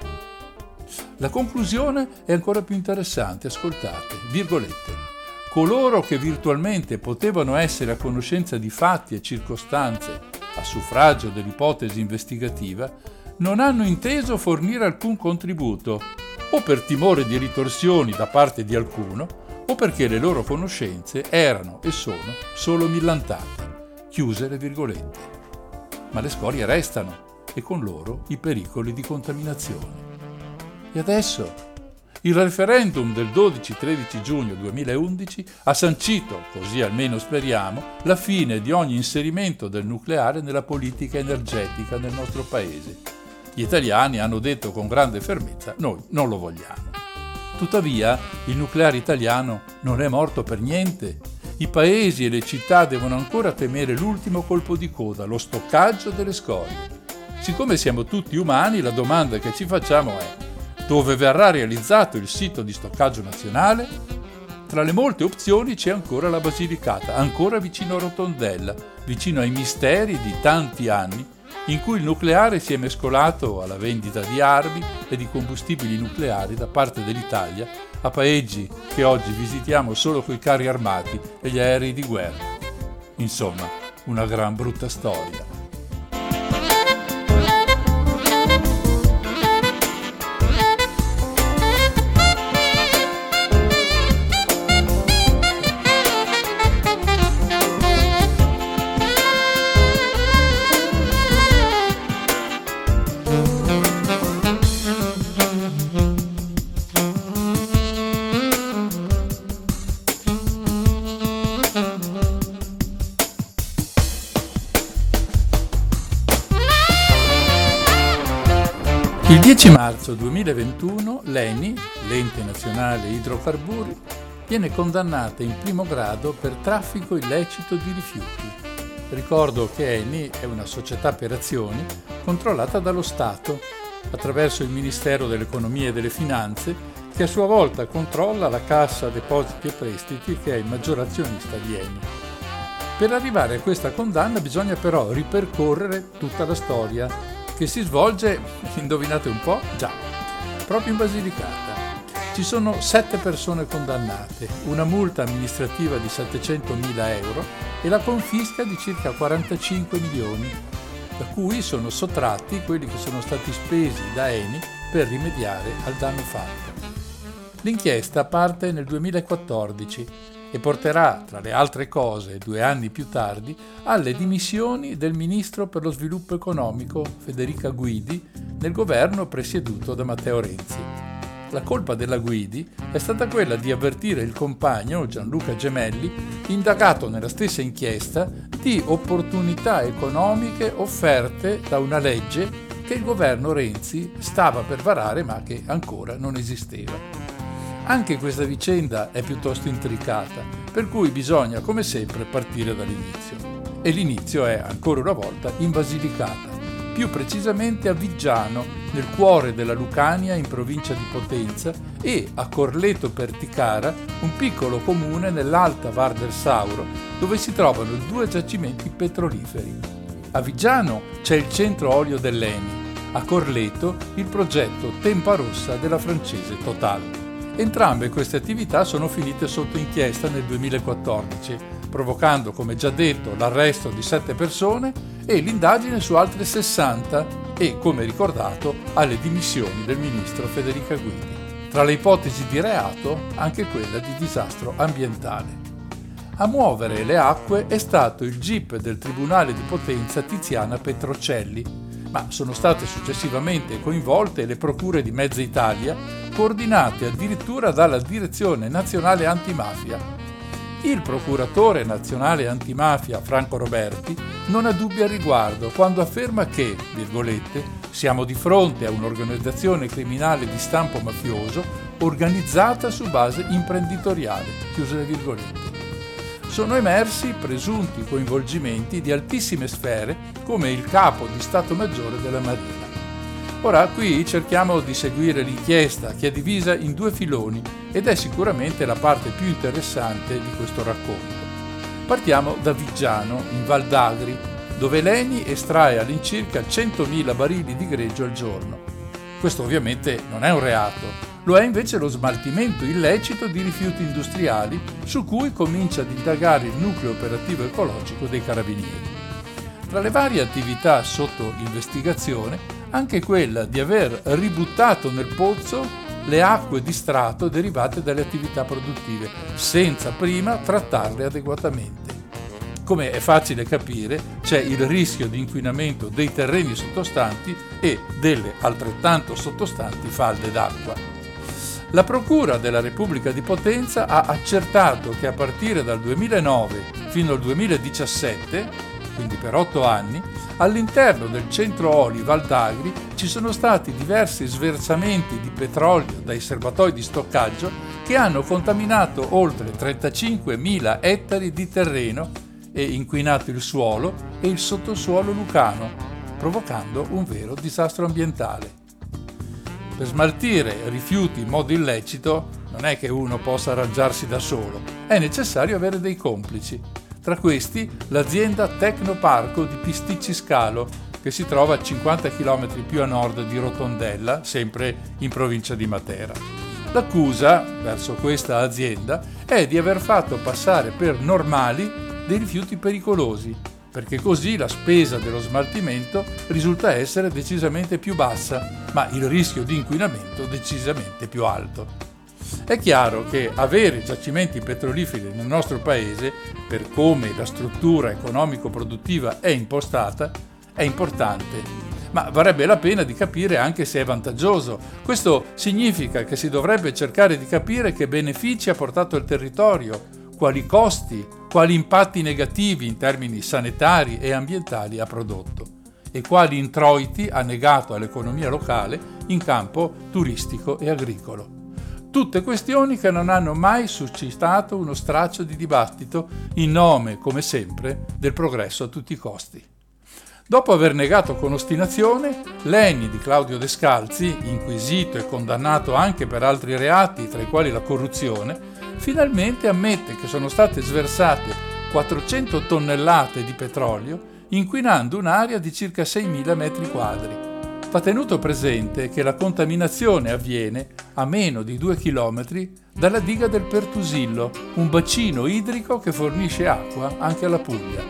La conclusione è ancora più interessante, ascoltate, virgolette. Coloro che virtualmente potevano essere a conoscenza di fatti e circostanze a suffragio dell'ipotesi investigativa non hanno inteso fornire alcun contributo, o per timore di ritorsioni da parte di alcuno, o perché le loro conoscenze erano e sono solo millantate. Chiuse le virgolette. Ma le scorie restano e con loro i pericoli di contaminazione. E adesso? Il referendum del dodici tredici giugno duemilaundici ha sancito, così almeno speriamo, la fine di ogni inserimento del nucleare nella politica energetica nel nostro paese. Gli italiani hanno detto con grande fermezza: noi non lo vogliamo. Tuttavia, il nucleare italiano non è morto per niente. I paesi e le città devono ancora temere l'ultimo colpo di coda, lo stoccaggio delle scorie. Siccome siamo tutti umani, la domanda che ci facciamo è: dove verrà realizzato il sito di stoccaggio nazionale? Tra le molte opzioni c'è ancora la Basilicata, ancora vicino a Rotondella, vicino ai misteri di tanti anni in cui il nucleare si è mescolato alla vendita di armi e di combustibili nucleari da parte dell'Italia a paesi che oggi visitiamo solo coi carri armati e gli aerei di guerra. Insomma, una gran brutta storia. Il dieci marzo duemilaventuno l'ENI, l'Ente Nazionale Idrocarburi, viene condannata in primo grado per traffico illecito di rifiuti. Ricordo che ENI è una società per azioni controllata dallo Stato attraverso il Ministero dell'Economia e delle Finanze, che a sua volta controlla la Cassa Depositi e Prestiti, che è il maggior azionista di ENI. Per arrivare a questa condanna bisogna però ripercorrere tutta la storia che si svolge, indovinate un po', già, proprio in Basilicata. Ci sono sette persone condannate, una multa amministrativa di settecentomila euro e la confisca di circa quarantacinque milioni, da cui sono sottratti quelli che sono stati spesi da ENI per rimediare al danno fatto. L'inchiesta parte nel duemilaquattordici e porterà, tra le altre cose, due anni più tardi, alle dimissioni del ministro per lo sviluppo economico Federica Guidi nel governo presieduto da Matteo Renzi. La colpa della Guidi è stata quella di avvertire il compagno Gianluca Gemelli, indagato nella stessa inchiesta, di opportunità economiche offerte da una legge che il governo Renzi stava per varare ma che ancora non esisteva. Anche questa vicenda è piuttosto intricata, per cui bisogna, come sempre, partire dall'inizio. E l'inizio è, ancora una volta, in Basilicata, più precisamente a Viggiano, nel cuore della Lucania, in provincia di Potenza, e a Corleto Perticara, un piccolo comune nell'Alta Var del Sauro, dove si trovano due giacimenti petroliferi. A Viggiano c'è il centro olio dell'Eni, a Corleto il progetto Tempa Rossa della francese Total. Entrambe queste attività sono finite sotto inchiesta nel duemilaquattordici, provocando, come già detto, l'arresto di sette persone e l'indagine su altre sessanta e, come ricordato, alle dimissioni del ministro Federica Guidi. Tra le ipotesi di reato, anche quella di disastro ambientale. A muovere le acque è stato il G I P del Tribunale di Potenza Tiziana Petrocelli, ma sono state successivamente coinvolte le procure di Mezza Italia, coordinate addirittura dalla Direzione Nazionale Antimafia. Il procuratore nazionale antimafia Franco Roberti non ha dubbi al riguardo quando afferma che, virgolette, siamo di fronte a un'organizzazione criminale di stampo mafioso organizzata su base imprenditoriale, chiuse le virgolette. Sono emersi presunti coinvolgimenti di altissime sfere come il capo di Stato Maggiore della Marina. Ora qui cerchiamo di seguire l'inchiesta che è divisa in due filoni ed è sicuramente la parte più interessante di questo racconto. Partiamo da Viggiano, in Val d'Agri, dove l'Eni estrae all'incirca centomila barili di greggio al giorno. Questo ovviamente non è un reato, lo è invece lo smaltimento illecito di rifiuti industriali su cui comincia ad indagare il nucleo operativo ecologico dei Carabinieri. Tra le varie attività sotto investigazione, anche quella di aver ributtato nel pozzo le acque di strato derivate dalle attività produttive, senza prima trattarle adeguatamente. Come è facile capire, c'è il rischio di inquinamento dei terreni sottostanti e delle altrettanto sottostanti falde d'acqua. La Procura della Repubblica di Potenza ha accertato che a partire dal duemilanove fino al duemiladiciassette, quindi per otto anni, all'interno del centro oli Val d'Agri ci sono stati diversi sversamenti di petrolio dai serbatoi di stoccaggio che hanno contaminato oltre trentacinquemila ettari di terreno e inquinato il suolo e il sottosuolo lucano, provocando un vero disastro ambientale. Per smaltire rifiuti in modo illecito non è che uno possa arrangiarsi da solo, è necessario avere dei complici. Tra questi l'azienda Tecnoparco di Pisticci Scalo, che si trova a cinquanta chilometri più a nord di Rotondella, sempre in provincia di Matera. L'accusa verso questa azienda è di aver fatto passare per normali dei rifiuti pericolosi, perché così la spesa dello smaltimento risulta essere decisamente più bassa, ma il rischio di inquinamento decisamente più alto. È chiaro che avere giacimenti petroliferi nel nostro paese, per come la struttura economico-produttiva è impostata, è importante, ma varrebbe la pena di capire anche se è vantaggioso. Questo significa che si dovrebbe cercare di capire che benefici ha portato il territorio, quali costi, quali impatti negativi in termini sanitari e ambientali ha prodotto e quali introiti ha negato all'economia locale in campo turistico e agricolo. Tutte questioni che non hanno mai suscitato uno straccio di dibattito in nome, come sempre, del progresso a tutti i costi. Dopo aver negato con ostinazione, l'Eni di Claudio Descalzi, inquisito e condannato anche per altri reati, tra i quali la corruzione, finalmente ammette che sono state sversate quattrocento tonnellate di petrolio, inquinando un'area di circa seimila metri quadri. Va tenuto presente che la contaminazione avviene a meno di due chilometri dalla diga del Pertusillo, un bacino idrico che fornisce acqua anche alla Puglia.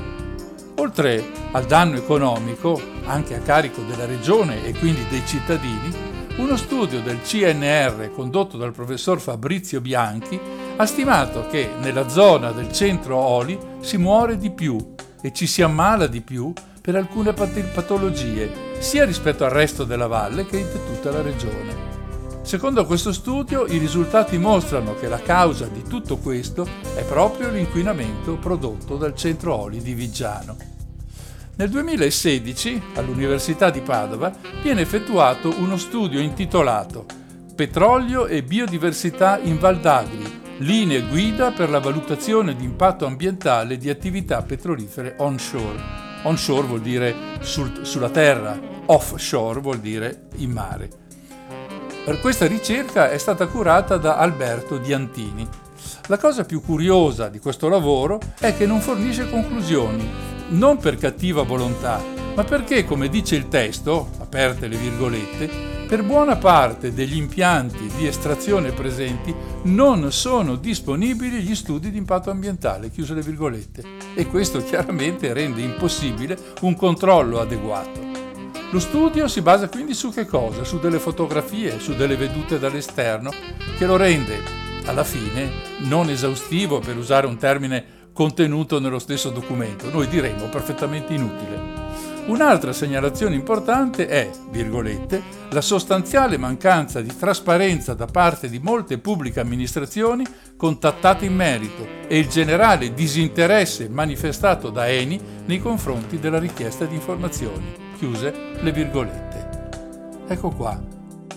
Oltre al danno economico, anche a carico della regione e quindi dei cittadini, uno studio del C N R condotto dal professor Fabrizio Bianchi ha stimato che nella zona del centro Oli si muore di più e ci si ammala di più per alcune patologie, sia rispetto al resto della valle che in tutta la regione. Secondo questo studio, i risultati mostrano che la causa di tutto questo è proprio l'inquinamento prodotto dal centro Oli di Viggiano. Nel duemilasedici, all'Università di Padova, viene effettuato uno studio intitolato Petrolio e biodiversità in Val d'Agri, linee guida per la valutazione di impatto ambientale di attività petrolifere onshore. Onshore vuol dire sul, sulla terra, offshore vuol dire in mare. Questa ricerca è stata curata da Alberto Diantini. La cosa più curiosa di questo lavoro è che non fornisce conclusioni, non per cattiva volontà, ma perché, come dice il testo, aperte le virgolette, per buona parte degli impianti di estrazione presenti non sono disponibili gli studi di impatto ambientale, chiuse le virgolette, e questo chiaramente rende impossibile un controllo adeguato. Lo studio si basa quindi su che cosa? Su delle fotografie, su delle vedute dall'esterno, che lo rende, alla fine, non esaustivo, per usare un termine contenuto nello stesso documento, noi diremmo perfettamente inutile. Un'altra segnalazione importante è, virgolette, la sostanziale mancanza di trasparenza da parte di molte pubbliche amministrazioni contattate in merito e il generale disinteresse manifestato da Eni nei confronti della richiesta di informazioni, chiuse le virgolette. Ecco qua.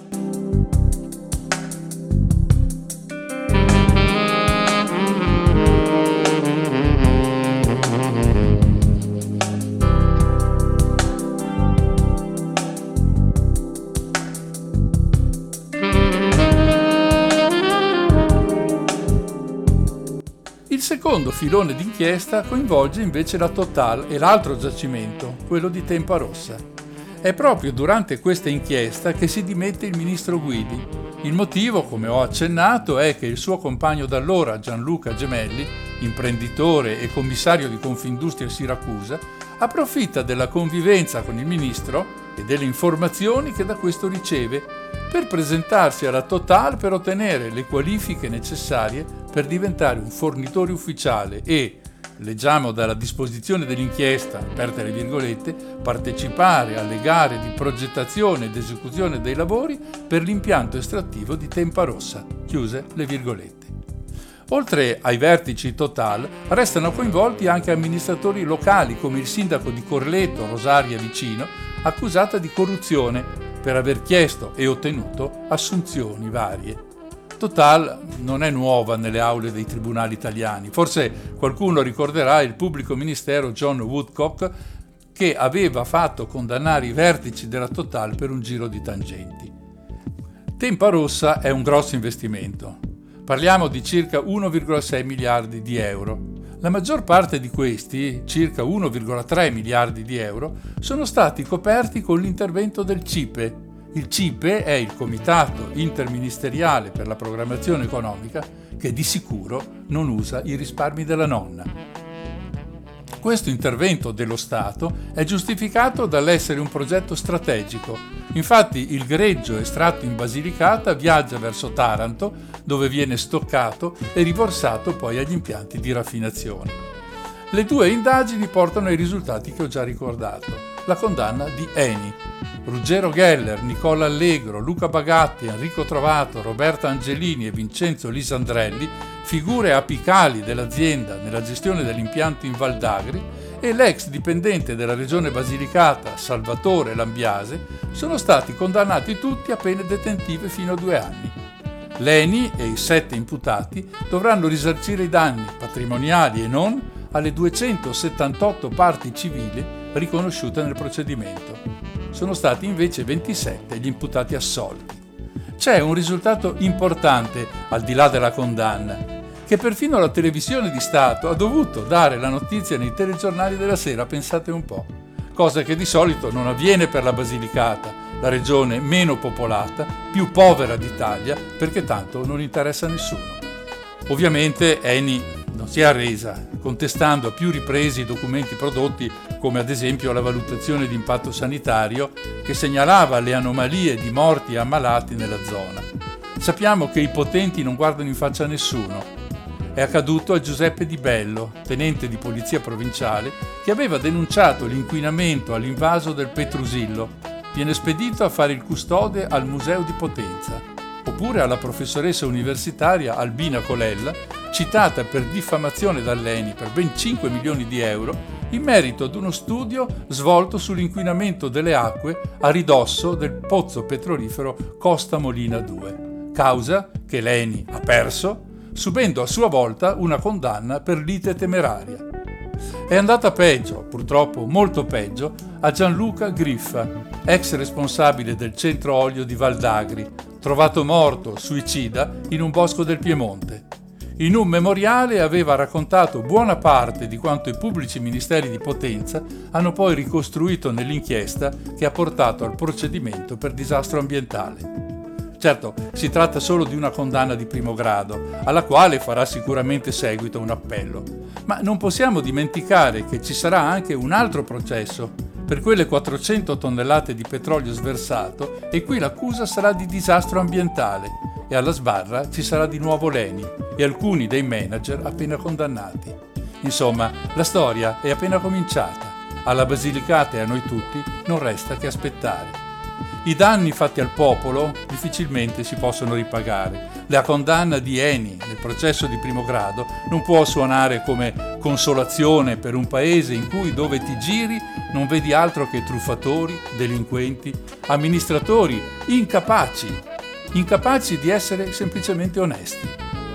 Il secondo filone d'inchiesta coinvolge invece la Total e l'altro giacimento, quello di Tempa Rossa. È proprio durante questa inchiesta che si dimette il ministro Guidi. Il motivo, come ho accennato, è che il suo compagno d'allora, Gianluca Gemelli, imprenditore e commissario di Confindustria Siracusa, approfitta della convivenza con il ministro e delle informazioni che da questo riceve per presentarsi alla Total per ottenere le qualifiche necessarie per diventare un fornitore ufficiale e, leggiamo dalla disposizione dell'inchiesta, aperte le virgolette, partecipare alle gare di progettazione ed esecuzione dei lavori per l'impianto estrattivo di Tempa Rossa, chiuse le virgolette. Oltre ai vertici Total, restano coinvolti anche amministratori locali come il sindaco di Corleto, Rosaria Vicino, accusata di corruzione per aver chiesto e ottenuto assunzioni varie. Total non è nuova nelle aule dei tribunali italiani. Forse qualcuno ricorderà il pubblico ministero John Woodcock che aveva fatto condannare i vertici della Total per un giro di tangenti. Tempa Rossa è un grosso investimento. Parliamo di circa uno virgola sei miliardi di euro. La maggior parte di questi, circa uno virgola tre miliardi di euro, sono stati coperti con l'intervento del C I P E. Il C I P E è il Comitato Interministeriale per la Programmazione Economica che di sicuro non usa i risparmi della nonna. Questo intervento dello Stato è giustificato dall'essere un progetto strategico. Infatti il greggio estratto in Basilicata viaggia verso Taranto, dove viene stoccato e riborsato poi agli impianti di raffinazione. Le due indagini portano ai risultati che ho già ricordato. La condanna di Eni. Ruggero Geller, Nicola Allegro, Luca Bagatti, Enrico Trovato, Roberta Angelini e Vincenzo Lisandrelli, figure apicali dell'azienda nella gestione dell'impianto in Val d'Agri, e l'ex dipendente della regione Basilicata, Salvatore Lambiase, sono stati condannati tutti a pene detentive fino a due anni. L'Eni e i sette imputati dovranno risarcire i danni, patrimoniali e non, alle duecentosettantotto parti civili riconosciute nel procedimento. Sono stati invece ventisette gli imputati assolti. C'è un risultato importante al di là della condanna, che perfino la televisione di Stato ha dovuto dare la notizia nei telegiornali della sera, pensate un po', cosa che di solito non avviene per la Basilicata, la regione meno popolata, più povera d'Italia, perché tanto non interessa a nessuno. Ovviamente Eni non si è arresa, contestando a più riprese i documenti prodotti come ad esempio la valutazione di impatto sanitario che segnalava le anomalie di morti e ammalati nella zona. Sappiamo che i potenti non guardano in faccia a nessuno. È accaduto a Giuseppe Di Bello, tenente di polizia provinciale, che aveva denunciato l'inquinamento all'invaso del Petrusillo. Viene spedito a fare il custode al Museo di Potenza. Oppure alla professoressa universitaria Albina Colella, citata per diffamazione dall'E N I per ben cinque milioni di euro, in merito ad uno studio svolto sull'inquinamento delle acque a ridosso del pozzo petrolifero Costa Molina due, causa che l'E N I ha perso, subendo a sua volta una condanna per lite temeraria. È andata peggio, purtroppo molto peggio, a Gianluca Griffa, ex responsabile del centro olio di Valdagri, trovato morto, suicida, in un bosco del Piemonte. In un memoriale aveva raccontato buona parte di quanto i pubblici ministeri di Potenza hanno poi ricostruito nell'inchiesta che ha portato al procedimento per disastro ambientale. Certo, si tratta solo di una condanna di primo grado, alla quale farà sicuramente seguito un appello. Ma non possiamo dimenticare che ci sarà anche un altro processo per quelle quattrocento tonnellate di petrolio sversato, e qui l'accusa sarà di disastro ambientale e alla sbarra ci sarà di nuovo l'E N I e alcuni dei manager appena condannati. Insomma, la storia è appena cominciata. Alla Basilicata e a noi tutti non resta che aspettare. I danni fatti al popolo difficilmente si possono ripagare. La condanna di E N I nel processo di primo grado non può suonare come consolazione per un paese in cui dove ti giri non vedi altro che truffatori, delinquenti, amministratori incapaci, incapaci di essere semplicemente onesti.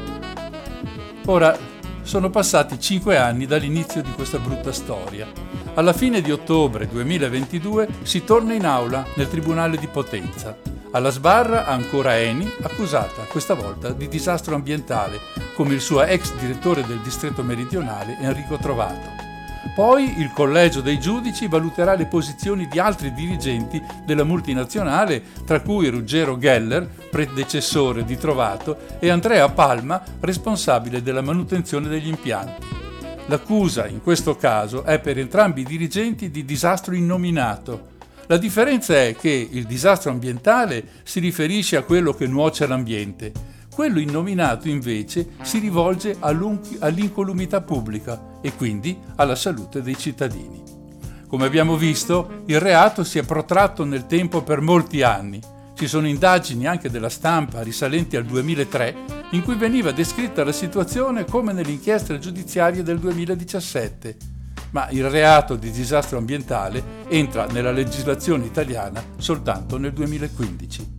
Ora, sono passati cinque anni dall'inizio di questa brutta storia. Alla fine di ottobre duemilaventidue si torna in aula nel Tribunale di Potenza. Alla sbarra ancora E N I, accusata questa volta di disastro ambientale, come il suo ex direttore del distretto meridionale Enrico Trovato. Poi il collegio dei giudici valuterà le posizioni di altri dirigenti della multinazionale, tra cui Ruggero Geller, predecessore di Trovato, e Andrea Palma, responsabile della manutenzione degli impianti. L'accusa, in questo caso, è per entrambi i dirigenti di disastro innominato. La differenza è che il disastro ambientale si riferisce a quello che nuoce all'ambiente. Quello innominato, invece, si rivolge all'incolumità pubblica e quindi alla salute dei cittadini. Come abbiamo visto, il reato si è protratto nel tempo per molti anni. Ci sono indagini anche della stampa risalenti al duemilatré, in cui veniva descritta la situazione come nelle inchieste giudiziarie del duemiladiciassette. Ma il reato di disastro ambientale entra nella legislazione italiana soltanto nel duemilaquindici.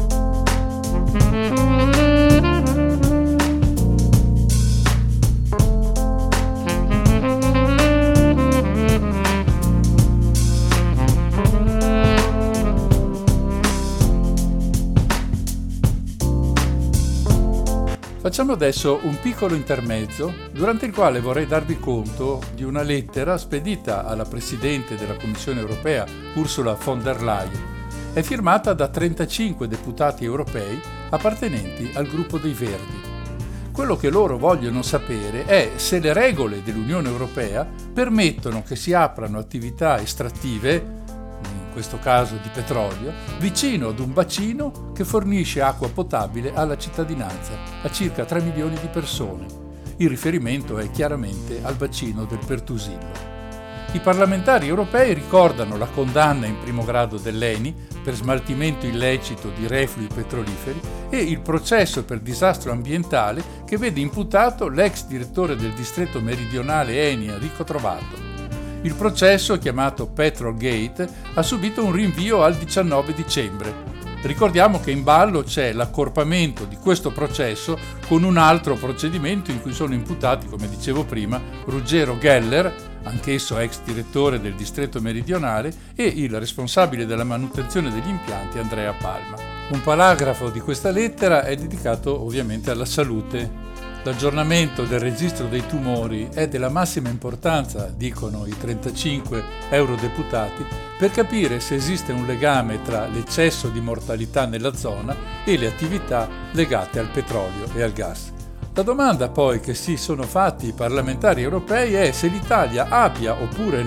Facciamo adesso un piccolo intermezzo durante il quale vorrei darvi conto di una lettera spedita alla Presidente della Commissione europea Ursula von der Leyen. È firmata da trentacinque deputati europei appartenenti al gruppo dei Verdi. Quello che loro vogliono sapere è se le regole dell'Unione Europea permettono che si aprano attività estrattive, in questo caso di petrolio, vicino ad un bacino che fornisce acqua potabile alla cittadinanza, a circa tre milioni di persone. Il riferimento è chiaramente al bacino del Pertusillo. I parlamentari europei ricordano la condanna in primo grado dell'E N I per smaltimento illecito di reflui petroliferi e il processo per disastro ambientale che vede imputato l'ex direttore del distretto meridionale E N I Enrico Trovato. Il processo, chiamato Petrolgate, ha subito un rinvio al diciannove dicembre. Ricordiamo che in ballo c'è l'accorpamento di questo processo con un altro procedimento in cui sono imputati, come dicevo prima, Ruggero Geller, anch'esso ex direttore del distretto meridionale, e il responsabile della manutenzione degli impianti Andrea Palma. Un paragrafo di questa lettera è dedicato ovviamente alla salute. L'aggiornamento del registro dei tumori è della massima importanza, dicono i trentacinque eurodeputati, per capire se esiste un legame tra l'eccesso di mortalità nella zona e le attività legate al petrolio e al gas. La domanda poi che si sono fatti i parlamentari europei è se l'Italia abbia oppure no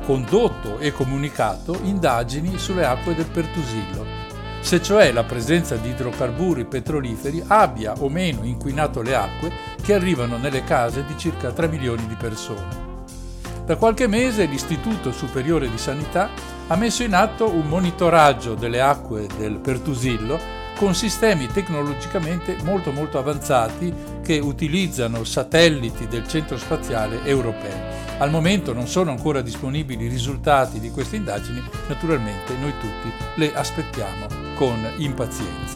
condotto e comunicato indagini sulle acque del Pertusillo, se cioè la presenza di idrocarburi petroliferi abbia o meno inquinato le acque che arrivano nelle case di circa tre milioni di persone. Da qualche mese l'Istituto Superiore di Sanità ha messo in atto un monitoraggio delle acque del Pertusillo con sistemi tecnologicamente molto molto avanzati che utilizzano satelliti del Centro Spaziale Europeo. Al momento non sono ancora disponibili i risultati di queste indagini, naturalmente noi tutti le aspettiamo con impazienza.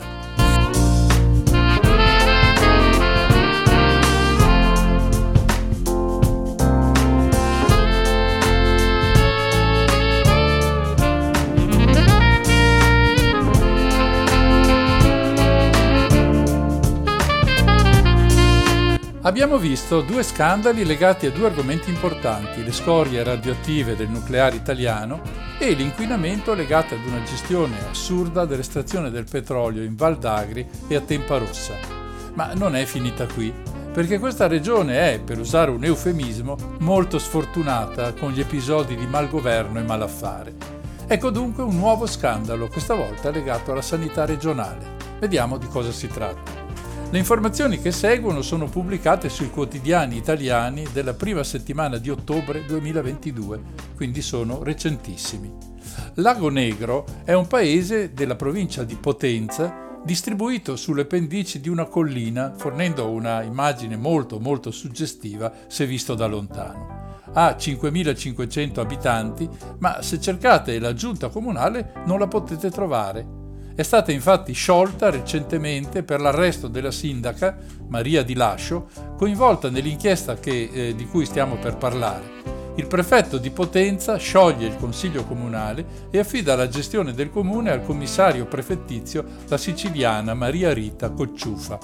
Abbiamo visto due scandali legati a due argomenti importanti, le scorie radioattive del nucleare italiano e l'inquinamento legato ad una gestione assurda dell'estrazione del petrolio in Val d'Agri e a Tempa Rossa. Ma non è finita qui, perché questa regione è, per usare un eufemismo, molto sfortunata con gli episodi di malgoverno e malaffare. Ecco dunque un nuovo scandalo, questa volta legato alla sanità regionale. Vediamo di cosa si tratta. Le informazioni che seguono sono pubblicate sui quotidiani italiani della prima settimana di ottobre duemilaventidue, quindi sono recentissimi. Lago Negro è un paese della provincia di Potenza distribuito sulle pendici di una collina, fornendo una immagine molto molto suggestiva se visto da lontano. Ha cinquemilacinquecento abitanti, ma se cercate la giunta comunale non la potete trovare. È stata infatti sciolta recentemente per l'arresto della sindaca, Maria Di Lascio, coinvolta nell'inchiesta che, eh, di cui stiamo per parlare. Il prefetto di Potenza scioglie il consiglio comunale e affida la gestione del comune al commissario prefettizio, la siciliana Maria Rita Cocciufa.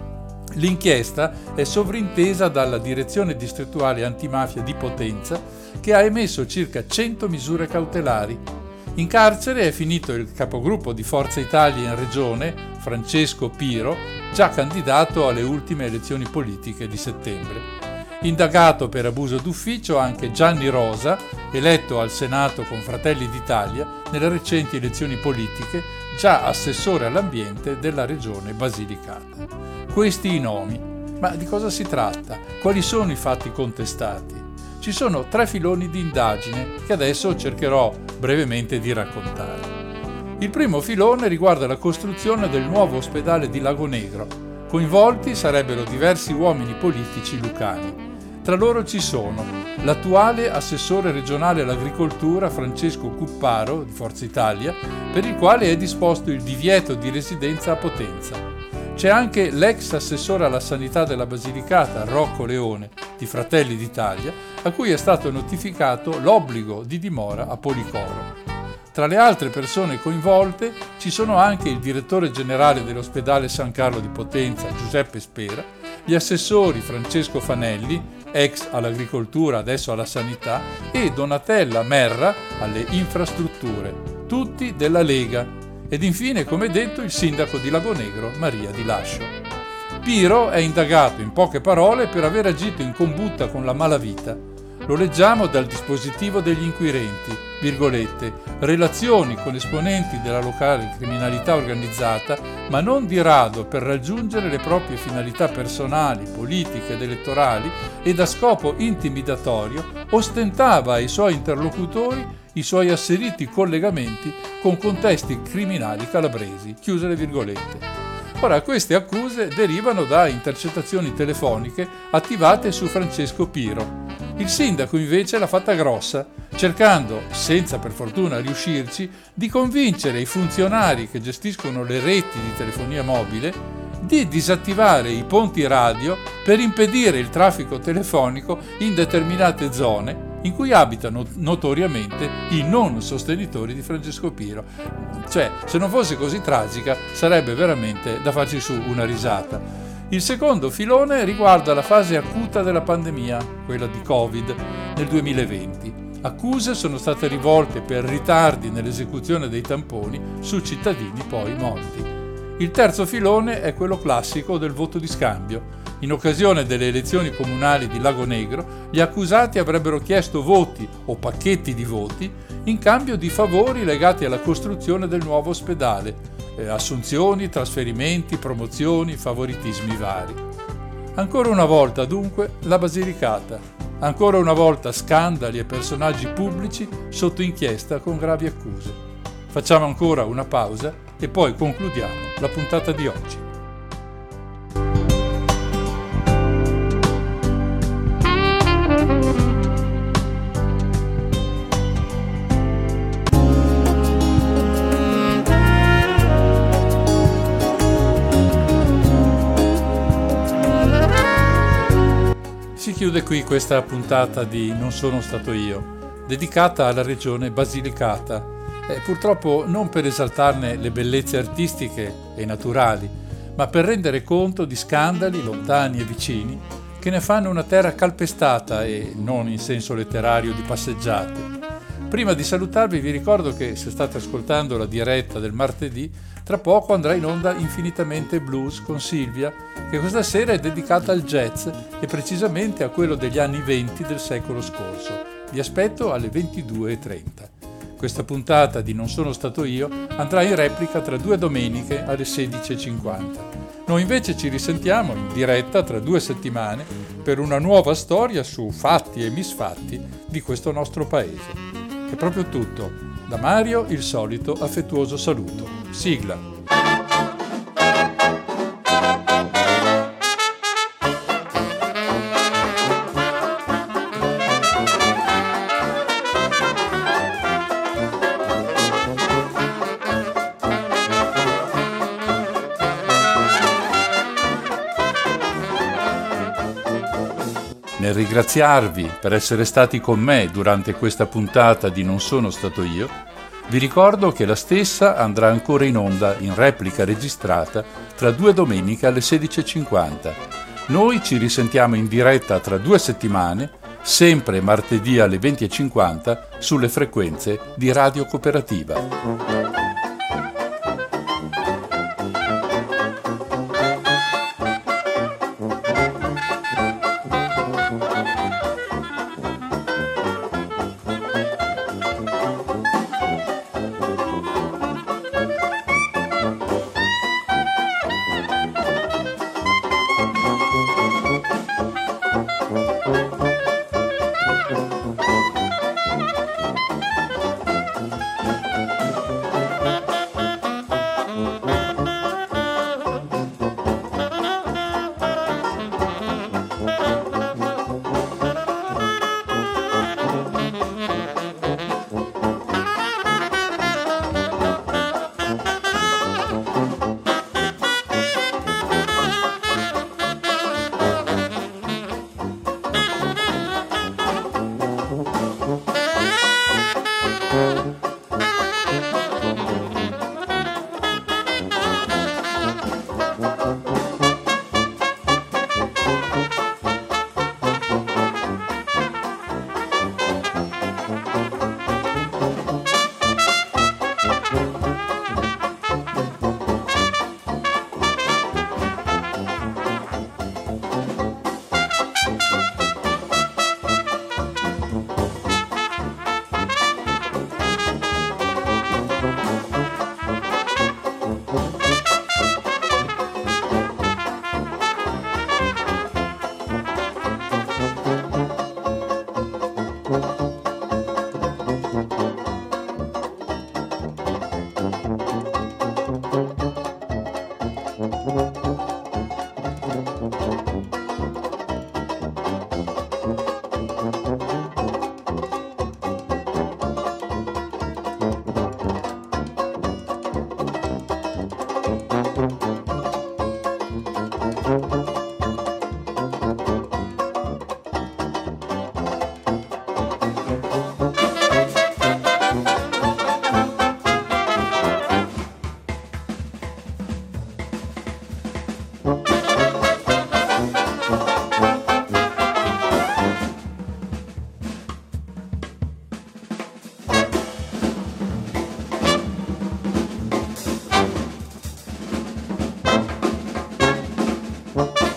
L'inchiesta è sovrintesa dalla Direzione Distrettuale Antimafia di Potenza, che ha emesso circa cento misure cautelari. In carcere è finito il capogruppo di Forza Italia in regione, Francesco Piro, già candidato alle ultime elezioni politiche di settembre. Indagato per abuso d'ufficio anche Gianni Rosa, eletto al Senato con Fratelli d'Italia nelle recenti elezioni politiche, già assessore all'ambiente della regione Basilicata. Questi i nomi. Ma di cosa si tratta? Quali sono i fatti contestati? Ci sono tre filoni di indagine che adesso cercherò brevemente di raccontare. Il primo filone riguarda la costruzione del nuovo ospedale di Lago Negro. Coinvolti sarebbero diversi uomini politici lucani. Tra loro ci sono l'attuale assessore regionale all'agricoltura Francesco Cupparo di Forza Italia, per il quale è disposto il divieto di residenza a Potenza. C'è anche l'ex assessore alla sanità della Basilicata, Rocco Leone, di Fratelli d'Italia, a cui è stato notificato l'obbligo di dimora a Policoro. Tra le altre persone coinvolte ci sono anche il direttore generale dell'ospedale San Carlo di Potenza, Giuseppe Spera, gli assessori Francesco Fanelli, ex all'agricoltura, adesso alla sanità, e Donatella Merra alle infrastrutture, tutti della Lega. Ed infine, come detto, il sindaco di Lago Negro, Maria Di Lascio. Piro è indagato, in poche parole, per aver agito in combutta con la malavita. Lo leggiamo dal dispositivo degli inquirenti, virgolette, relazioni con esponenti della locale criminalità organizzata, ma non di rado per raggiungere le proprie finalità personali, politiche ed elettorali, ed a scopo intimidatorio ostentava ai suoi interlocutori i suoi asseriti collegamenti con contesti criminali calabresi, chiuse le virgolette. Ora, queste accuse derivano da intercettazioni telefoniche attivate su Francesco Piro. Il sindaco invece l'ha fatta grossa, cercando, senza per fortuna riuscirci, di convincere i funzionari che gestiscono le reti di telefonia mobile di disattivare i ponti radio per impedire il traffico telefonico in determinate zone in cui abitano notoriamente i non sostenitori di Francesco Piro. Cioè, se non fosse così tragica, sarebbe veramente da farci su una risata. Il secondo filone riguarda la fase acuta della pandemia, quella di Covid, nel duemilaventi. Accuse sono state rivolte per ritardi nell'esecuzione dei tamponi su cittadini poi morti. Il terzo filone è quello classico del voto di scambio. In occasione delle elezioni comunali di Lago Negro, gli accusati avrebbero chiesto voti o pacchetti di voti in cambio di favori legati alla costruzione del nuovo ospedale, eh, assunzioni, trasferimenti, promozioni, favoritismi vari. Ancora una volta, dunque, la Basilicata. Ancora una volta scandali e personaggi pubblici sotto inchiesta con gravi accuse. Facciamo ancora una pausa e poi concludiamo la puntata di oggi. Si chiude qui questa puntata di Non sono stato io, dedicata alla regione Basilicata, eh, purtroppo non per esaltarne le bellezze artistiche e naturali, ma per rendere conto di scandali lontani e vicini che ne fanno una terra calpestata e non in senso letterario di passeggiate. Prima di salutarvi vi ricordo che se state ascoltando la diretta del martedì, tra poco andrà in onda Infinitamente Blues con Silvia, che questa sera è dedicata al jazz e precisamente a quello degli anni venti del secolo scorso. Vi aspetto alle ventidue e trenta. Questa puntata di Non sono stato io andrà in replica tra due domeniche alle sedici e cinquanta. Noi invece ci risentiamo in diretta tra due settimane per una nuova storia su fatti e misfatti di questo nostro paese. È proprio tutto. Da Mario il solito affettuoso saluto. Sigla. Nel ringraziarvi per essere stati con me durante questa puntata di Non sono stato io, vi ricordo che la stessa andrà ancora in onda in replica registrata tra due domeniche alle sedici e cinquanta. Noi ci risentiamo in diretta tra due settimane, sempre martedì alle venti e cinquanta, sulle frequenze di Radio Cooperativa. Well,